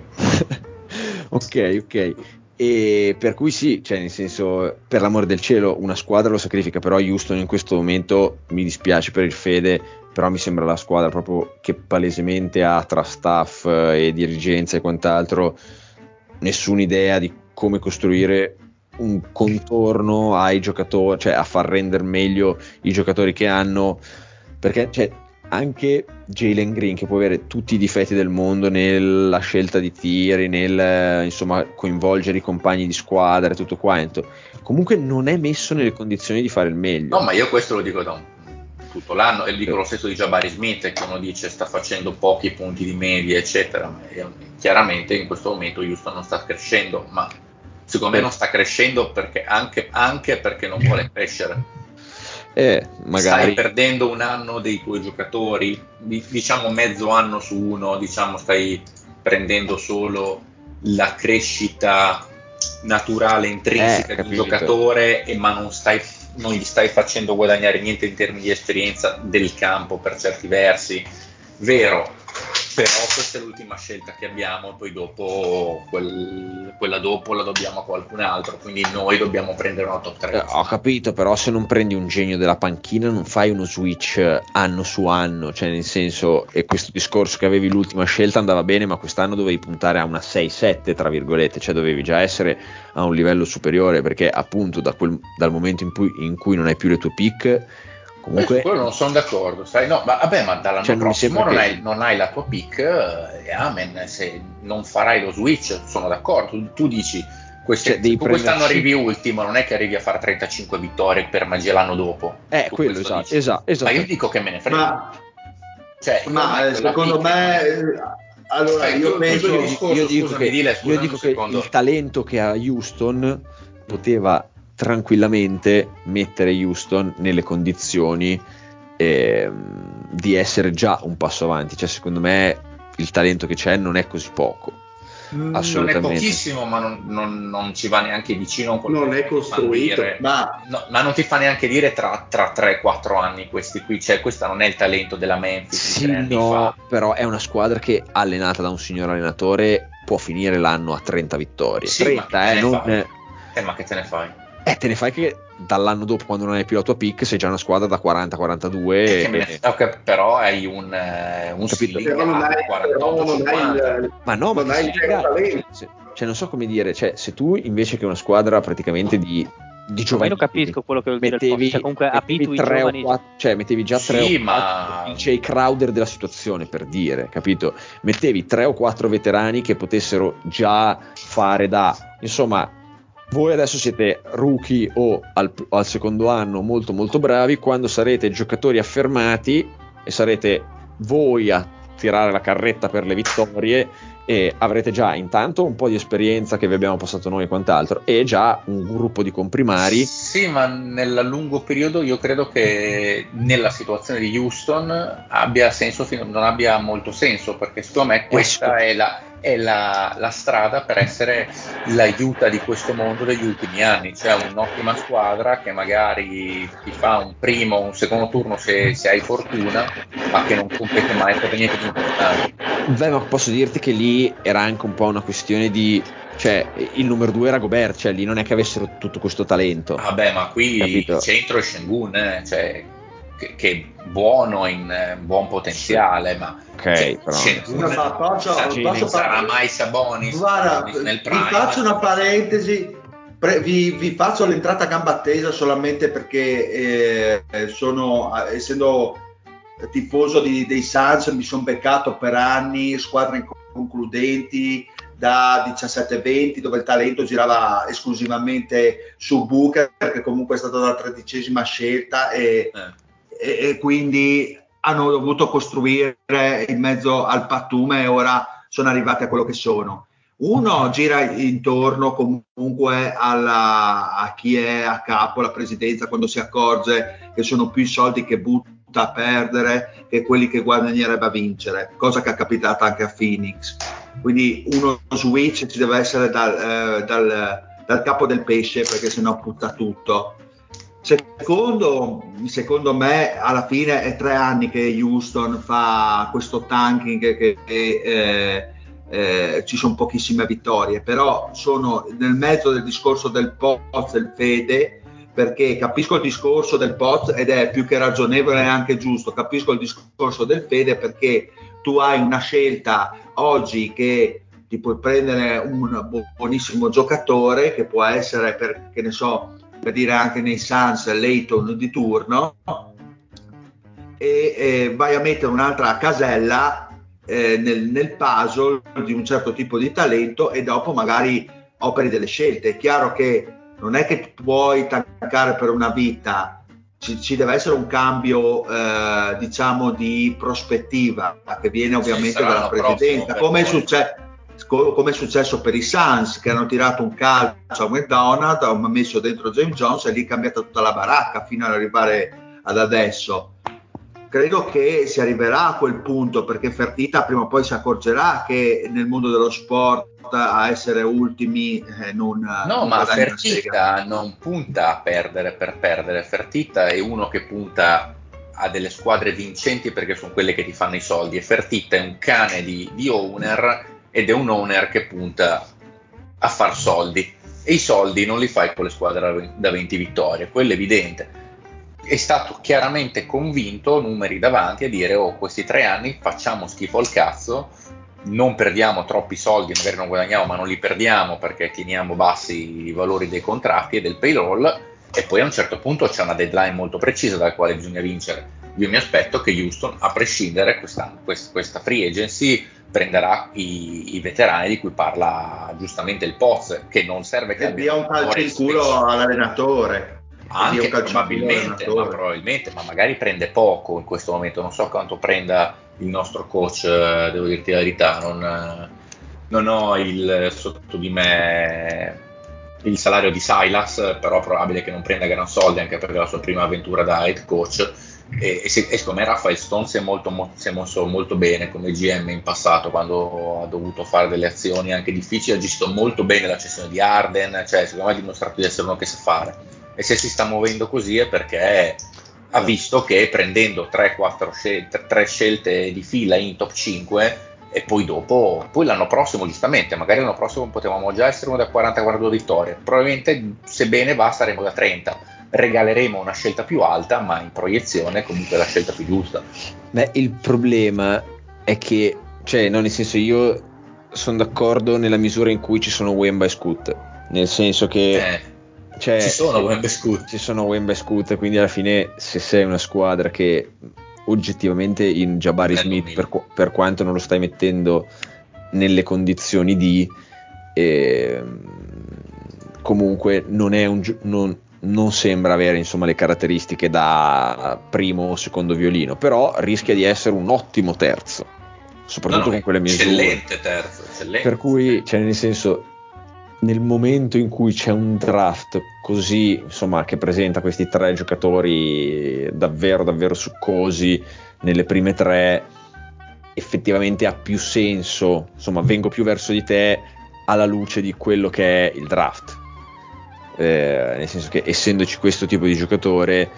Ok. E per cui sì, cioè nel senso, per l'amore del cielo una squadra lo sacrifica, però Houston in questo momento, mi dispiace per il Fede, però mi sembra la squadra proprio che palesemente ha, tra staff e dirigenza e quant'altro, nessuna idea di come costruire un contorno ai giocatori, cioè a far rendere meglio i giocatori che hanno, perché cioè anche Jalen Green, che può avere tutti i difetti del mondo nella scelta di tiri, nel insomma coinvolgere i compagni di squadra e tutto quanto, comunque non è messo nelle condizioni di fare il meglio. No, ma io questo lo dico da tutto l'anno, e dico lo stesso di Jabari Smith, che uno dice sta facendo pochi punti di media eccetera, ma chiaramente in questo momento Houston non sta crescendo, ma secondo me non sta crescendo perché anche perché non vuole crescere. Magari stai perdendo un anno dei tuoi giocatori, diciamo mezzo anno su uno, diciamo stai prendendo solo la crescita naturale intrinseca di un giocatore, ma non gli stai facendo guadagnare niente in termini di esperienza del campo per certi versi, vero, però questa è l'ultima scelta che abbiamo, poi dopo quella dopo la dobbiamo a qualcun altro, quindi noi dobbiamo prendere una top 3. Ho capito, però se non prendi un genio della panchina non fai uno switch anno su anno, cioè nel senso, e questo discorso che avevi l'ultima scelta andava bene, ma quest'anno dovevi puntare a una 6-7 tra virgolette, cioè dovevi già essere a un livello superiore, perché appunto dal momento in cui non hai più le tue pick, comunque quello non sono d'accordo, sai? No, ma dall'anno prossimo non hai la tua pick, e amen, se non farai lo switch sono d'accordo. Tu dici tu quest'anno arrivi ultimo, non è che arrivi a fare 35 vittorie per magia l'anno dopo. Quello esatto. Ma io dico che me ne frega. Ma secondo me allora io dico che il talento che ha Houston poteva tranquillamente mettere Houston nelle condizioni di essere già un passo avanti, cioè secondo me il talento che c'è non è così poco, non è pochissimo, ma non ci va neanche vicino, non è costruito, ma non ti fa neanche dire tra 3-4 anni questi qui, cioè questa non è il talento della Memphis di 3 anni fa. Però è una squadra che, allenata da un signor allenatore, può finire l'anno a 30 vittorie. Sì, 30, ma che te ne fai? Te ne fai che dall'anno dopo, quando non hai più la tua pick, sei già una squadra da 40-42. Però hai un ceiling a 48-50. Ma no, ma non hai cioè non so come dire, cioè se tu invece che una squadra praticamente di giovani, io capisco quello che vuol dire, cioè comunque abitui i giovani, 4, cioè mettevi già 3 o 4 Jay Crowder della situazione, per dire, capito? Mettevi 3 o 4 veterani che potessero già fare insomma, voi adesso siete rookie o al secondo anno molto molto bravi, quando sarete giocatori affermati e sarete voi a tirare la carretta per le vittorie, e avrete già intanto un po' di esperienza che vi abbiamo passato noi e quant'altro, e già un gruppo di comprimari. Sì, ma nel lungo periodo io credo che nella situazione di Houston abbia senso, non abbia molto senso, perché secondo me questa è la strada per essere l'aiuta di questo mondo degli ultimi anni, cioè un'ottima squadra che magari ti fa un primo o un secondo turno se hai fortuna, ma che non compete mai per niente di importante. Beh, ma posso dirti che lì era anche un po' una questione di, cioè il numero 2 era Gobert, cioè lì non è che avessero tutto questo talento. Vabbè, ma qui il centro è Şengün, cioè che è buono, in buon potenziale, ma Şengün sarà mai Sabonis. Guarda, nel prime. Vi faccio una parentesi, vi faccio l'entrata a gamba tesa solamente perché essendo tifoso dei Suns, mi sono beccato per anni squadre inconcludenti, da 17-20, dove il talento girava esclusivamente su Booker, che comunque è stato la 13ª scelta, e quindi hanno dovuto costruire in mezzo al pattume e ora sono arrivati a quello che sono. Uno gira intorno comunque a chi è a capo, la presidenza, quando si accorge che sono più i soldi che butta a perdere che quelli che guadagnerebbe a vincere, cosa che è capitata anche a Phoenix. Quindi uno switch ci deve essere dal capo del pesce, perché sennò putta tutto. Secondo me alla fine è 3 anni che Houston fa questo tanking che ci sono pochissime vittorie, però sono nel mezzo del discorso del Poz e il Fede, perché capisco il discorso del Poz ed è più che ragionevole e anche giusto, capisco il discorso del Fede perché tu hai una scelta oggi che ti puoi prendere un buonissimo giocatore che può essere, per dire anche nei Suns, Layton di turno, e vai a mettere un'altra casella nel puzzle di un certo tipo di talento e dopo magari operi delle scelte. È chiaro che non è che puoi tankare per una vita, ci deve essere un cambio diciamo di prospettiva che viene ovviamente dalla presidenza, come è successo per i Suns, che hanno tirato un calcio a McDonald, hanno messo dentro James Jones e lì è cambiata tutta la baracca fino ad arrivare ad adesso. Credo che si arriverà a quel punto, perché Fertitta prima o poi si accorgerà che nel mondo dello sport a essere ultimi ma Fertitta non punta a perdere per perdere. Fertitta è uno che punta a delle squadre vincenti, perché sono quelle che ti fanno i soldi, e Fertitta è un cane di owner, ed è un owner che punta a far soldi, e i soldi non li fai con le squadre da 20 vittorie, quello è evidente. È stato chiaramente convinto, numeri davanti, a dire: questi 3 anni facciamo schifo al cazzo, non perdiamo troppi soldi, magari non guadagniamo, ma non li perdiamo perché teniamo bassi i valori dei contratti e del payroll, e poi a un certo punto c'è una deadline molto precisa dalla quale bisogna vincere. Io mi aspetto che Houston, a prescindere quest'anno, questa free agency, prenderà i veterani di cui parla giustamente il Poz, che non serve che dia un calcio in culo all'allenatore. Anche probabilmente, ma magari prende poco in questo momento. Non so quanto prenda il nostro coach, devo dirti la verità, non ho sotto di me il salario di Silas, però è probabile che non prenda gran soldi, anche perché è la sua prima avventura da head coach, e secondo me Rafael Stone si è mosso molto bene come GM in passato, quando ha dovuto fare delle azioni anche difficili, ha gestito molto bene la cessione di Harden, cioè secondo me ha dimostrato di essere uno che sa fare. E se si sta muovendo così è perché ha visto che prendendo 3 scelte di fila in top 5, e poi l'anno prossimo, giustamente, magari l'anno prossimo potevamo già essere uno da 40-42 vittorie, probabilmente se bene va saremo da 30, regaleremo una scelta più alta, ma in proiezione comunque la scelta più giusta. Beh, il problema è che, nel senso, io sono d'accordo nella misura in cui ci sono Wemba e Scoot, nel senso che ci sono Wemba e Scoot, quindi alla fine, se sei una squadra che oggettivamente in Jabari Smith, per quanto non lo stai mettendo nelle condizioni di comunque non sembra avere, insomma, le caratteristiche da primo o secondo violino, però rischia di essere un ottimo terzo, soprattutto con quelle misure. Eccellente terzo, eccellente. Per cui, nel senso, nel momento in cui c'è un draft così, insomma, che presenta questi 3 giocatori davvero davvero succosi nelle prime 3, effettivamente ha più senso, insomma, vengo più verso di te alla luce di quello che è il draft, nel senso che essendoci questo tipo di giocatore,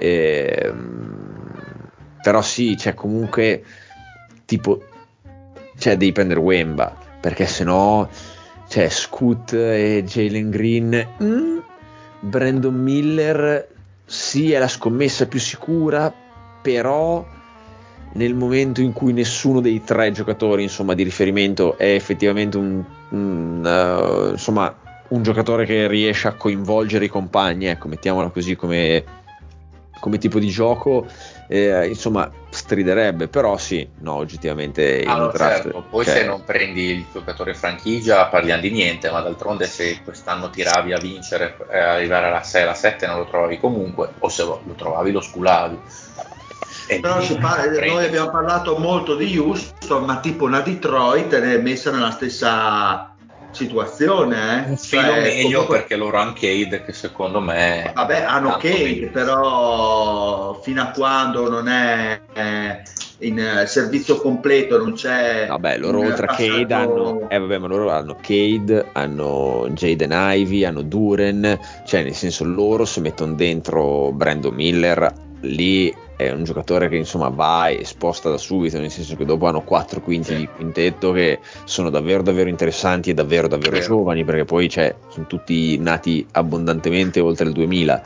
però sì, comunque tipo, devi prendere Wemba, perché sennò Scoot e Jalen Green, Brandon Miller sì, è la scommessa più sicura, però nel momento in cui nessuno dei 3 giocatori, insomma, di riferimento è effettivamente un giocatore che riesce a coinvolgere i compagni, ecco, mettiamola così, come come tipo di gioco, insomma, striderebbe, però sì, no, oggettivamente in un draft, certo. Poi se non prendi il giocatore franchigia parliamo di niente, ma d'altronde se quest'anno tiravi a vincere e arrivare alla 6, alla 7 non lo trovavi comunque, o se lo trovavi lo sculavi. Però noi abbiamo parlato molto di Houston, ma tipo una Detroit è messa nella stessa situazione, un filo meglio, comunque, perché loro hanno Cade, che secondo me hanno Cade, però fino a quando non è in servizio completo non c'è loro oltre a Cade hanno Cade, hanno Jaden Ivey, hanno Duren, cioè nel senso loro se mettono dentro Brandon Miller lì è un giocatore che insomma va e sposta da subito, nel senso che dopo hanno 4 quinti di quintetto che sono davvero davvero interessanti e davvero davvero giovani, perché poi sono tutti nati abbondantemente oltre il 2000,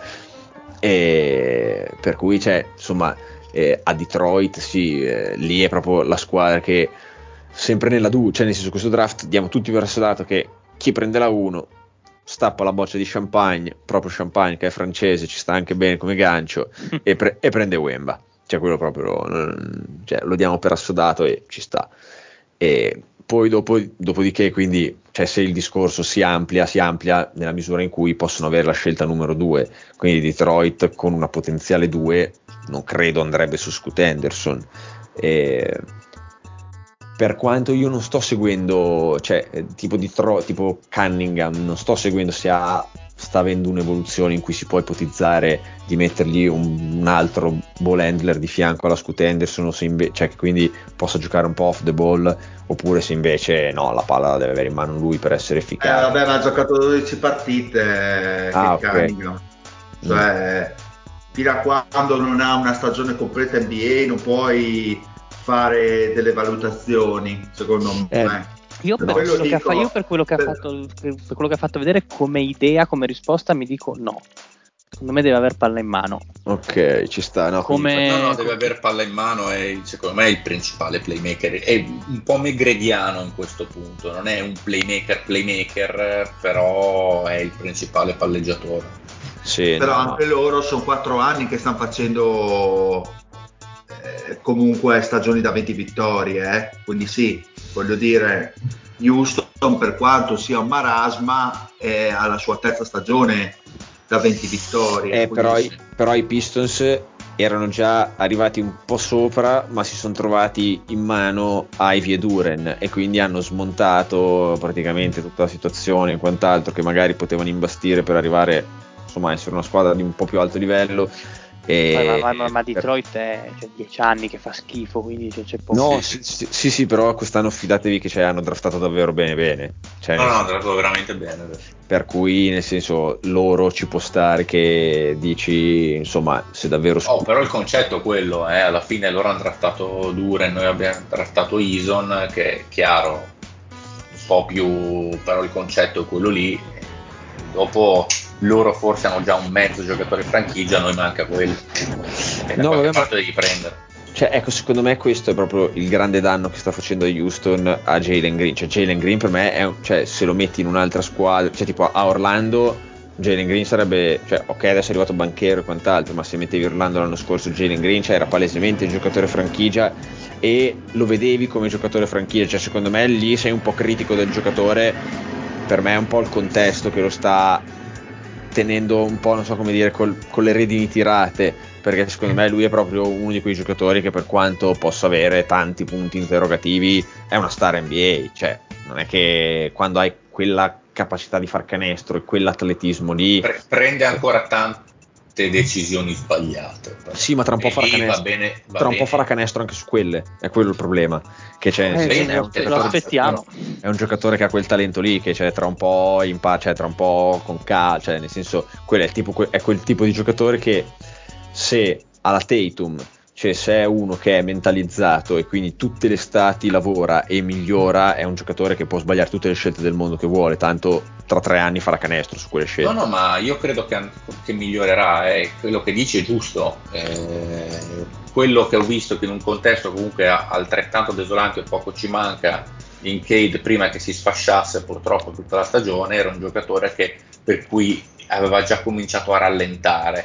e per cui insomma a Detroit lì è proprio la squadra che sempre nella cioè nel senso questo draft diamo tutti per assodato che chi prende la 1 stappa la boccia di champagne, proprio champagne che è francese, ci sta anche bene come gancio, e prende Wemba, cioè quello proprio lo diamo per assodato e ci sta. E poi dopodiché quindi se il discorso si amplia nella misura in cui possono avere la scelta numero 2, quindi Detroit con una potenziale 2 non credo andrebbe su Scoot Henderson, per quanto io non sto seguendo, tipo Cunningham, non sto seguendo se sta avendo un'evoluzione in cui si può ipotizzare di mettergli un altro ball handler di fianco alla Scoot Henderson, o se invece che quindi possa giocare un po' off the ball, oppure se invece no, la palla la deve avere in mano lui per essere efficace. Ma ha giocato 12 partite Cunningham, cioè fino a quando non ha una stagione completa NBA non puoi fare delle valutazioni, secondo me. Io per quello che ha fatto vedere come idea, come risposta, mi dico no. Secondo me deve aver palla in mano. Ok, ci sta. No, deve aver palla in mano, secondo me è il principale playmaker. È un po' megrediano in questo punto. Non è un playmaker, però è il principale palleggiatore. Sì, però anche loro sono 4 anni che stanno facendo comunque stagioni da 20 vittorie, quindi sì, voglio dire, Houston per quanto sia un marasma è alla sua terza stagione da 20 vittorie. Però i Pistons erano già arrivati un po' sopra, ma si sono trovati in mano Ivey e Duren e quindi hanno smontato praticamente tutta la situazione e quant'altro, che magari potevano imbastire per arrivare insomma a essere una squadra di un po' più alto livello. Ma Detroit è 10 anni che fa schifo, quindi c'è poco. No, sì, però quest'anno fidatevi che hanno draftato davvero bene. Hanno draftato veramente bene. Per cui nel senso loro ci può stare che dici insomma se davvero. Però il concetto è quello, alla fine loro hanno draftato Duren, noi abbiamo draftato Eason, che è chiaro un po' più, però il concetto è quello lì. Dopo loro forse hanno già un mezzo giocatore franchigia, a noi manca quello, e da qualche parte devi prendere. Ecco, secondo me questo è proprio il grande danno che sta facendo Houston a Jalen Green. Jalen Green per me è se lo metti in un'altra squadra, tipo a Orlando, Jalen Green sarebbe, ok, adesso è arrivato Banchero e quant'altro, ma se mettevi Orlando l'anno scorso Jalen Green era palesemente il giocatore franchigia e lo vedevi come giocatore franchigia. Secondo me lì sei un po' critico del giocatore, per me è un po' il contesto che lo sta tenendo un po', non so come dire, con le redini tirate, perché secondo me lui è proprio uno di quei giocatori che per quanto possa avere tanti punti interrogativi è una star NBA, non è che quando hai quella capacità di far canestro e quell'atletismo lì prende ancora tante decisioni sbagliate. Sì, ma tra un po' farà canestro, un po' farà canestro anche su quelle, è quello il problema, che lo aspettiamo. È un giocatore che ha quel talento lì, che tra un po' tra un po' con nel senso quello è quel tipo di giocatore che se alla Tatum, se è uno che è mentalizzato e quindi tutte le estati lavora e migliora, è un giocatore che può sbagliare tutte le scelte del mondo che vuole, tanto tra 3 anni farà canestro su quelle scelte. No, ma io credo che migliorerà, quello che dici è giusto. Quello che ho visto che in un contesto comunque altrettanto desolante e poco ci manca in Cade, prima che si sfasciasse purtroppo tutta la stagione, era un giocatore per cui aveva già cominciato a rallentare.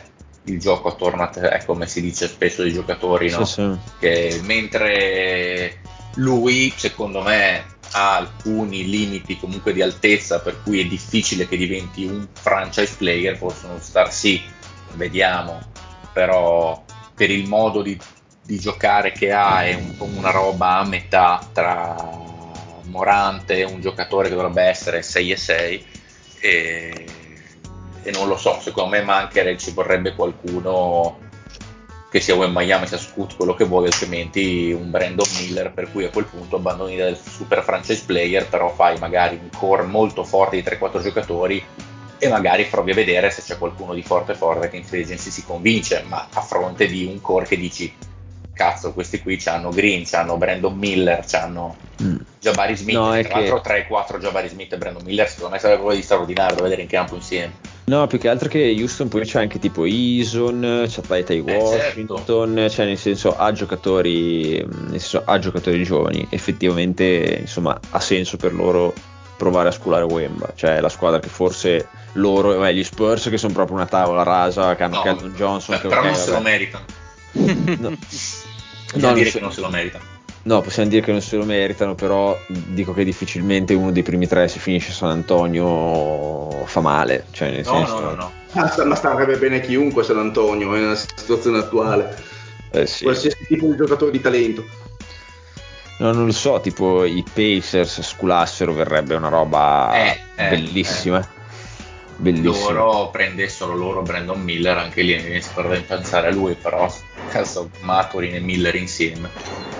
il gioco attorno a te, è come si dice spesso dei giocatori, no? Sì. Che mentre lui, secondo me, ha alcuni limiti comunque di altezza, per cui è difficile che diventi un franchise player, forse uno star sì, vediamo, però per il modo di giocare che ha è un po' una roba a metà tra Morante, un giocatore che dovrebbe essere 6-6 e non lo so, secondo me ci vorrebbe qualcuno che sia Wembanyama, sia Scoot, quello che vuoi, altrimenti un Brandon Miller, per cui a quel punto abbandoni del super franchise player, però fai magari un core molto forte di 3-4 giocatori e magari provi a vedere se c'è qualcuno di forte che in free agency si convince, ma a fronte di un core che dici cazzo, questi qui c'hanno Green, c'hanno Brandon Miller, c'hanno Jabari Smith, tra l'altro 3-4 Jabari Smith e Brandon Miller, secondo me sarebbe qualcosa di straordinario da vedere in campo insieme. No, più che altro che Houston poi c'è anche tipo Eason, c'è Ty Washington, certo. Cioè nel senso ha giocatori giovani, effettivamente insomma ha senso per loro provare a sculare Wemba, cioè la squadra che forse loro, gli Spurs che sono proprio una tavola rasa, che hanno Keldon Johnson, però non se lo meritano. Possiamo dire che non se lo meritano. No, possiamo dire che non se lo meritano, però dico che difficilmente uno dei primi tre si finisce a San Antonio fa male, cioè nel senso... No. Ma starebbe bene chiunque San Antonio nella situazione attuale, sì. Qualsiasi tipo di giocatore di talento. No, non lo so, tipo i Pacers sculassero verrebbe una roba bellissima. Bellissimo. Loro prendessero Brandon Miller, anche lì mi si potrebbe pensare a lui, però cazzo, Maturin e Miller insieme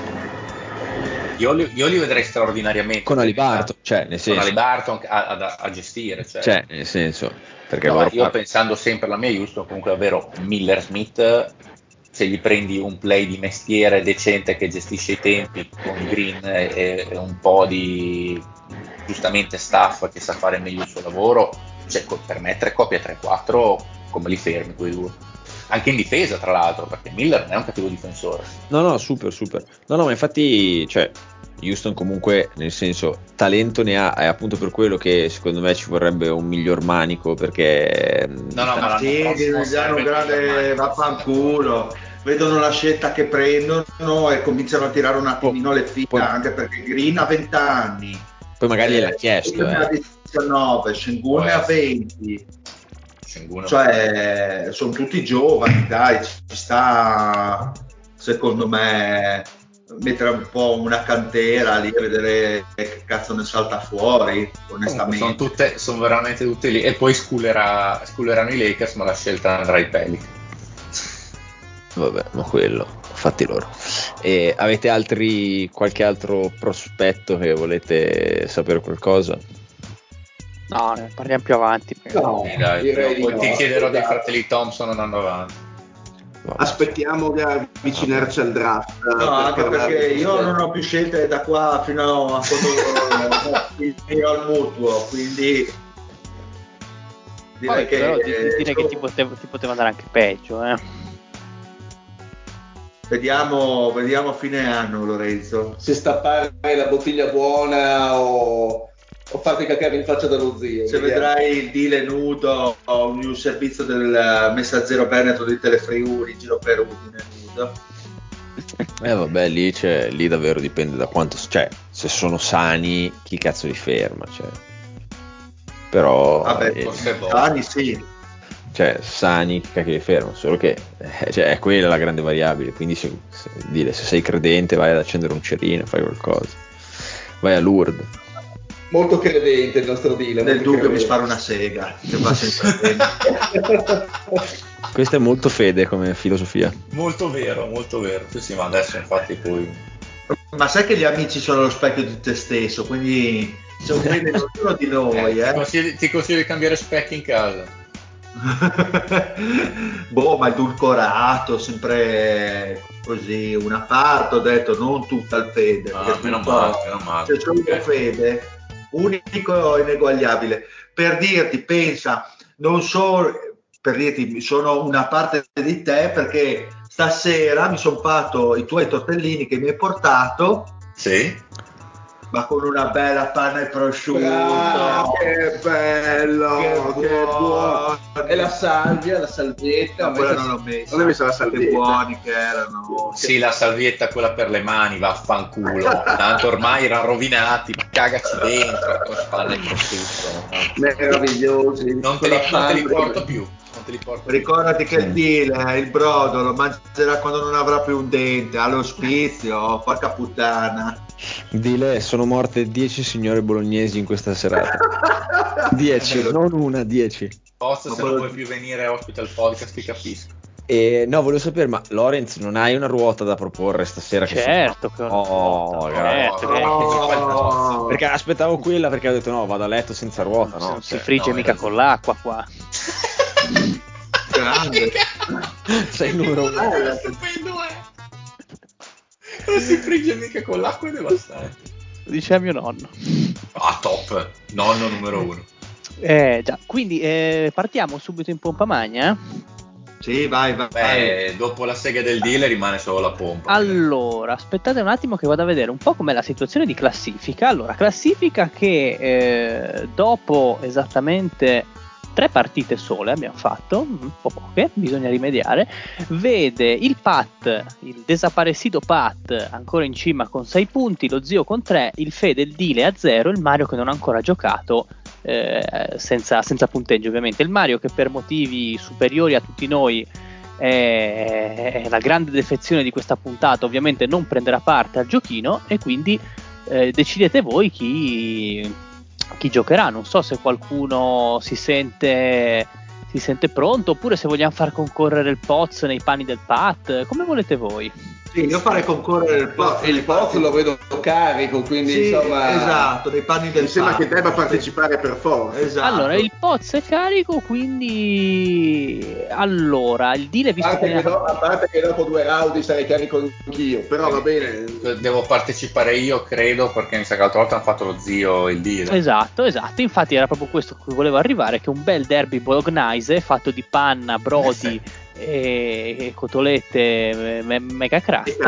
io li vedrei straordinariamente con Haliburton, cioè nel senso, con Haliburton a gestire, cioè nel senso, perché io pensando sempre alla mia Houston, comunque davvero Miller Smith, se gli prendi un play di mestiere decente che gestisce i tempi con Green e un po' di giustamente staff che sa fare meglio il suo lavoro, cioè per me 3 coppie 3-4 come li fermi quei due, anche in difesa tra l'altro, perché Miller non è un cattivo difensore. No, super no, ma infatti cioè Houston comunque nel senso talento ne ha, è appunto per quello che secondo me ci vorrebbe un miglior manico, perché ma sì, hanno un grande vaffanculo, vedono la scelta che prendono e cominciano a tirare un attimino le fila, anche perché Green ha 20 anni, poi magari gliel'ha chiesto ha 19, Sengun ne ha 20, cioè sono tutti giovani, dai, ci sta secondo me mettere un po' una cantera lì a vedere che cazzo ne salta fuori, onestamente. Sono veramente tutte lì, e poi sculeranno i Lakers, ma la scelta andrà ai Pelicans. Vabbè, ma quello fatti loro. E avete qualche altro prospetto che volete sapere qualcosa? No, ne parliamo più avanti. No, poi ti chiederò dei fratelli Thompson andando avanti. Aspettiamo di avvicinarci al draft. No, anche perché io non ho più scelte da qua fino a quando finirò il mutuo, quindi direi che ti poteva andare anche peggio, Vediamo a fine anno, Lorenzo. Se stappare la bottiglia buona o farti cacare in faccia dallo zio. Se vedrai il deal nudo o un servizio del messaggero Veneto di Telefriuli in giro per Udine nudo. Vabbè, lì davvero dipende da quanto, cioè se sono sani chi cazzo li ferma, cioè. Però sani sì. Cioè sani che li ferma, solo che cioè, è quella la grande variabile, quindi se sei credente vai ad accendere un cerino, fai qualcosa, vai a Lourdes. Molto credente il nostro deal. Nel dubbio mi spara una sega, che va sempre bene. Questa è molto fede come filosofia. Molto vero. Sì, ma adesso infatti poi... Ma sai che gli amici sono lo specchio di te stesso, quindi se un crede in ognuno di noi... Ti consiglio di cambiare specchi in casa. Ma edulcorato, sempre così, una parte, ho detto, non tutta il fede, meno male. Se c'è un fede unico e ineguagliabile, per dirti, pensa, non solo per dirti, sono una parte di te, perché stasera mi sono fatto i tuoi tortellini che mi hai portato. Sì. ma con una bella panna e prosciutto. Che bello, che buono. E la salvietta. No, quella non l'ho messa. Non ho messo la salvietta. Che buoni che erano. Sì, la salvietta quella per le mani, vaffanculo. Tanto ormai erano rovinati, ma cagaci dentro con panna e prosciutto. Meravigliosi. Non te li porto più. Ricordati che il brodo lo mangerà quando non avrà più un dente, all'ospizio, porca puttana. Dile, sono morte 10 signore bolognesi in questa serata. 10, non una, 10. Posso, se non vuoi più venire ospite al podcast, ti capisco. No, volevo sapere, ma Lorenz, non hai una ruota da proporre stasera? Certo che ho perché aspettavo quella, perché ho detto no, vado a letto senza ruota, no? Non si frigge mica con l'acqua qua. Grande. Sei il numero uno. Non si frigge mica con l'acqua, è devastante. Lo diceva mio nonno. Ah, top, nonno numero uno. Già, quindi partiamo subito in pompa magna. Sì, vai. Dopo la sega del dealer rimane solo la pompa. Allora, aspettate un attimo che vado a vedere un po' com'è la situazione di classifica. Allora, classifica che dopo esattamente 3 partite sole abbiamo fatto, un po' poche, bisogna rimediare, vede il Pat, il desaparecido Pat ancora in cima con 6 punti, lo zio con 3, il Fede, il Dile a 0, il Mario che non ha ancora giocato, senza punteggio ovviamente, il Mario che per motivi superiori a tutti noi è la grande defezione di questa puntata, ovviamente non prenderà parte al giochino e quindi decidete voi chi giocherà. Non so se qualcuno si sente pronto, oppure se vogliamo far concorrere il Poz nei panni del Pat, come volete voi. Sì, io farei concorrere il Poz. Il Poz lo vedo carico, quindi sì, insomma, esatto, nei panni del Pat. Mi sembra che debba partecipare per forza. Esatto. Allora, il Poz è carico, quindi allora il Dile, visto a parte che dopo 2 round sarei carico anch'io, però va bene. Devo partecipare io, credo, perché mi sa che l'altra volta hanno fatto lo zio e il Dile. Esatto, infatti era proprio questo a cui volevo arrivare, che un bel derby bolognese fatto di panna, brodi e cotolette mega craft.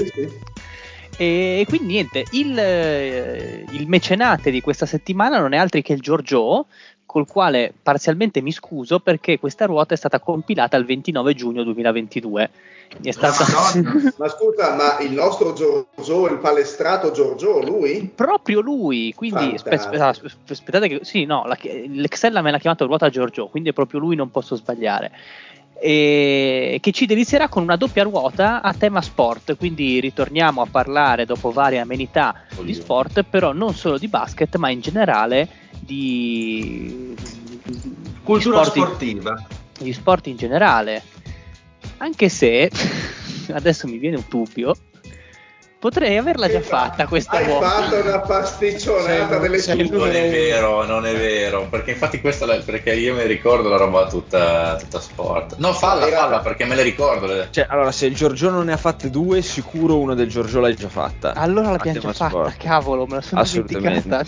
E quindi niente, il mecenate di questa settimana non è altro che il Giorgio, col quale parzialmente mi scuso perché questa ruota è stata compilata il 29 giugno 2022. È stata... Ma scusa, ma il nostro Giorgio, il palestrato Giorgio, lui? Proprio lui, quindi aspettate che sì, no, l'Excel me l'ha chiamato ruota Giorgio, quindi è proprio lui, non posso sbagliare. E che ci delizierà con una doppia ruota a tema sport, quindi ritorniamo a parlare dopo varie amenità di sport, però non solo di basket, ma in generale di cultura sportiva, di sport in generale, anche se adesso mi viene un dubbio, potrei averla già fatta questa volta. Hai fatto una pasticcionata delle tue. Non è vero, perché infatti questa perché io mi ricordo la roba tutta sport. No, falla perché me le ricordo. Cioè, allora, se il Giorgio non ne ha fatte 2, sicuro una del Giorgio l'hai già fatta. Allora l'abbiamo già fatta, sport. Cavolo, me la sono dimenticata.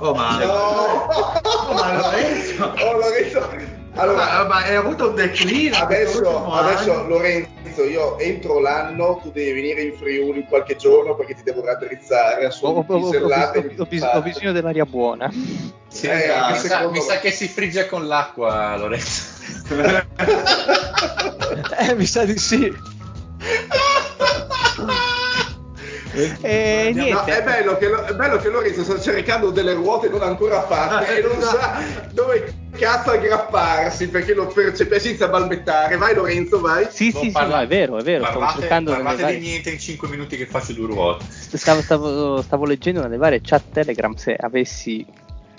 Ma Lorenzo. Allora, ma hai avuto un declino. Adesso Lorenzo, io entro l'anno, tu devi venire in Friuli qualche giorno perché ti devo raddrizzare. Ho bisogno dell'aria buona. Sì, mi sa che si frigge con l'acqua, Lorenzo. Mi sa di sì. Niente. No, è bello che Lorenzo sta cercando delle ruote non ancora fatte e non sa dove cazzo aggrapparsi perché lo percepisce senza balbettare. Vai Lorenzo, vai. Sì, no, è vero. Parlate di niente in 5 minuti che faccio 2 ruote. Stavo leggendo nelle varie chat Telegram se avessi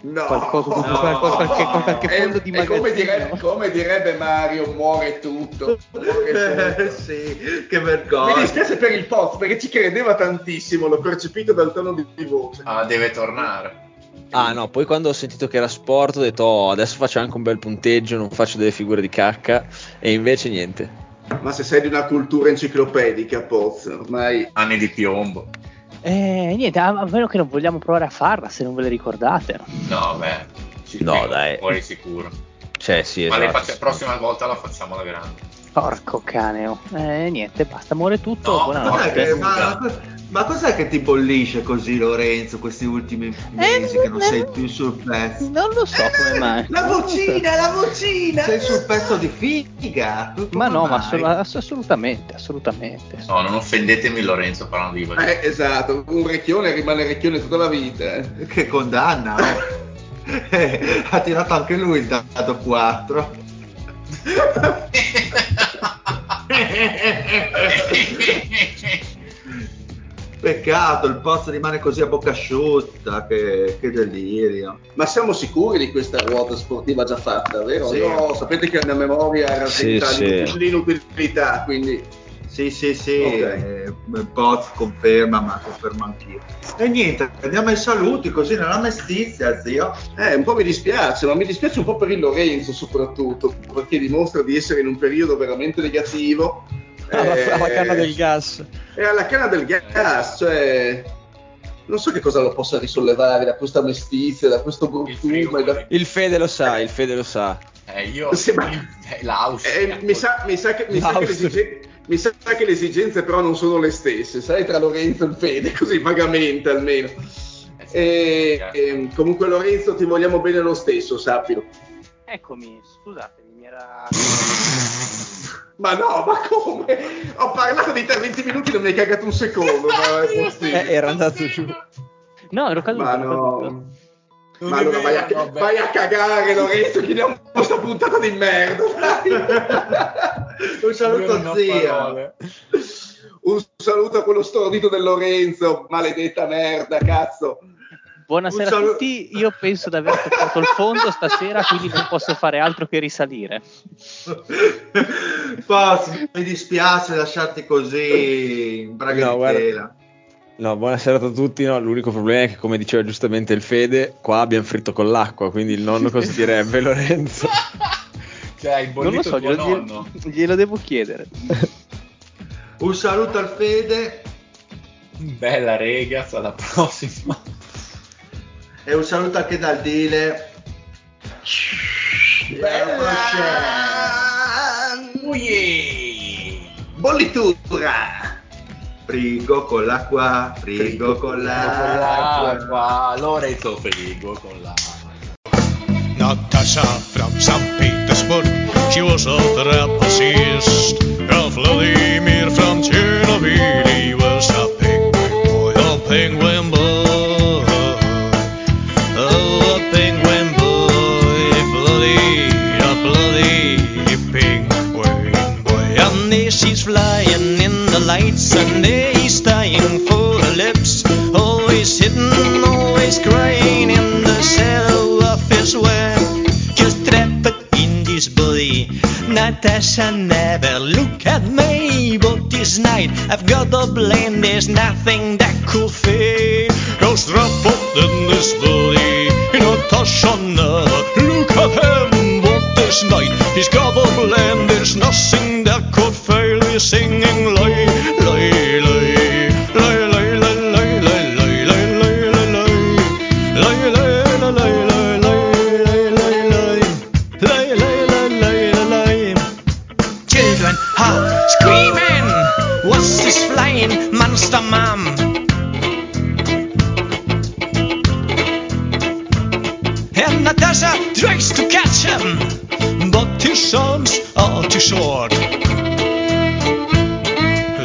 qualche fondo di magazzino. Come direbbe Mario, muore tutto. Sì, che vergogna. Mi dispiace per il post perché ci credeva tantissimo, l'ho percepito dal tono di voce. Deve tornare. No, poi quando ho sentito che era sport ho detto adesso faccio anche un bel punteggio, non faccio delle figure di cacca, e invece niente. Ma se sei di una cultura enciclopedica, Pozzo, ormai anni di piombo. Niente, a meno che non vogliamo provare a farla, se non ve le ricordate. No, dai. Fuori sicuro. Cioè, sì, ma esatto. La prossima volta la facciamo alla grande. Porco caneo. Niente, basta, muore tutto. Buonanotte. Ma cos'è che ti bollisce così, Lorenzo, questi ultimi mesi che non sei più sul pezzo? Non lo so come mai. La vocina! Sei sul pezzo di figa! Ma no, mai? ma assolutamente. No, non offendetemi Lorenzo parlando di voi. Esatto, un recchione rimane recchione tutta la vita. Che condanna, oh. Ha tirato anche lui il dato 4. Peccato, il posto rimane così a bocca asciutta, che delirio. Ma siamo sicuri di questa ruota sportiva già fatta, vero? Sì. Io sapete che la mia memoria era senza Sì. l'inutilità, quindi... Sì, Ok. Boz conferma, ma conferma anch'io. E niente, andiamo ai saluti, così nella mestizia, zio. Un po' mi dispiace, ma mi dispiace un po' per il Lorenzo soprattutto, perché dimostra di essere in un periodo veramente negativo. Alla canna del gas. È alla canna del gas, cioè... Non so che cosa lo possa risollevare da questa mestizia, da questo bruttume. Il Fede lo sa. Io Sì, ma- l'Austria. Mi sa che le esigenze però non sono le stesse, sai, tra Lorenzo e il Fede, così vagamente almeno. Comunque Lorenzo, ti vogliamo bene lo stesso, sappilo. Eccomi, scusatemi, mi era... Ma no, ma come? Ho parlato di te 20 minuti, non mi hai cagato un secondo, ma è possibile. Era andato giù. No, ero caduto. Ma no. Ma allora vai a cagare, Lorenzo, chiudiamo questa puntata di merda. Un saluto, zio. Un saluto a quello stordito del Lorenzo, maledetta merda, cazzo. Buonasera a tutti, io penso di aver toccato il fondo stasera, quindi non posso fare altro che risalire. Mi dispiace lasciarti così in braghettela. No, buonasera a tutti. No, l'unico problema è che, come diceva giustamente il Fede, qua abbiamo fritto con l'acqua, quindi il nonno cosa direbbe, Lorenzo? Cioè, hai bollito Non lo so, tuo nonno. glielo devo chiedere. Un saluto al Fede. Bella rega, alla prossima. E un saluto anche dal Dile. Bollitura. Frigo con l'acqua, frigo con l'acqua. Lorenzo frigo con l'acqua. Natasha from St. Petersburg, she was a trapezist. Vladimir from Chernobyl, he was a penguin boy, a penguin boy. Oh, a penguin boy, a bloody penguin boy. And there she's flying in the lights, and there he's dying for her lips. Always hidden, always crying in the shadow of his web. Just trapped in this body. Natasha, never look at me, but this night I've got a blame. There's nothing that could fade. Cause trapped in this body. Natasha, never look at him, but this night he's got a blame. There's nothing that could fail. He's singing lay, lay, lay, lay, lay, lay, lay, lay, lay, lay, lay, lay, lay. Children are screaming, what's this flying monster, mom? And Natasha tries to catch him, but his arms are too short.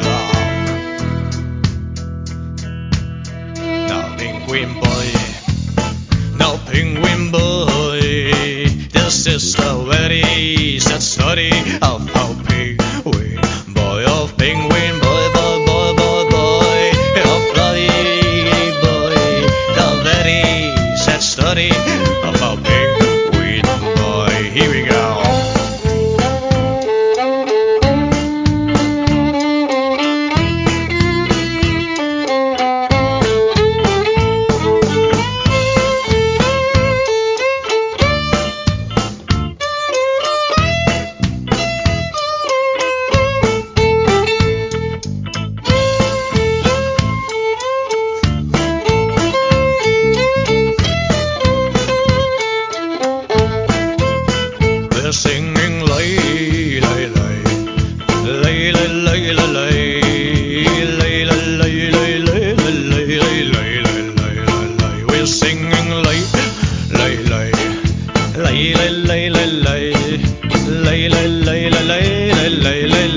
lay lay lay lay lay lay lay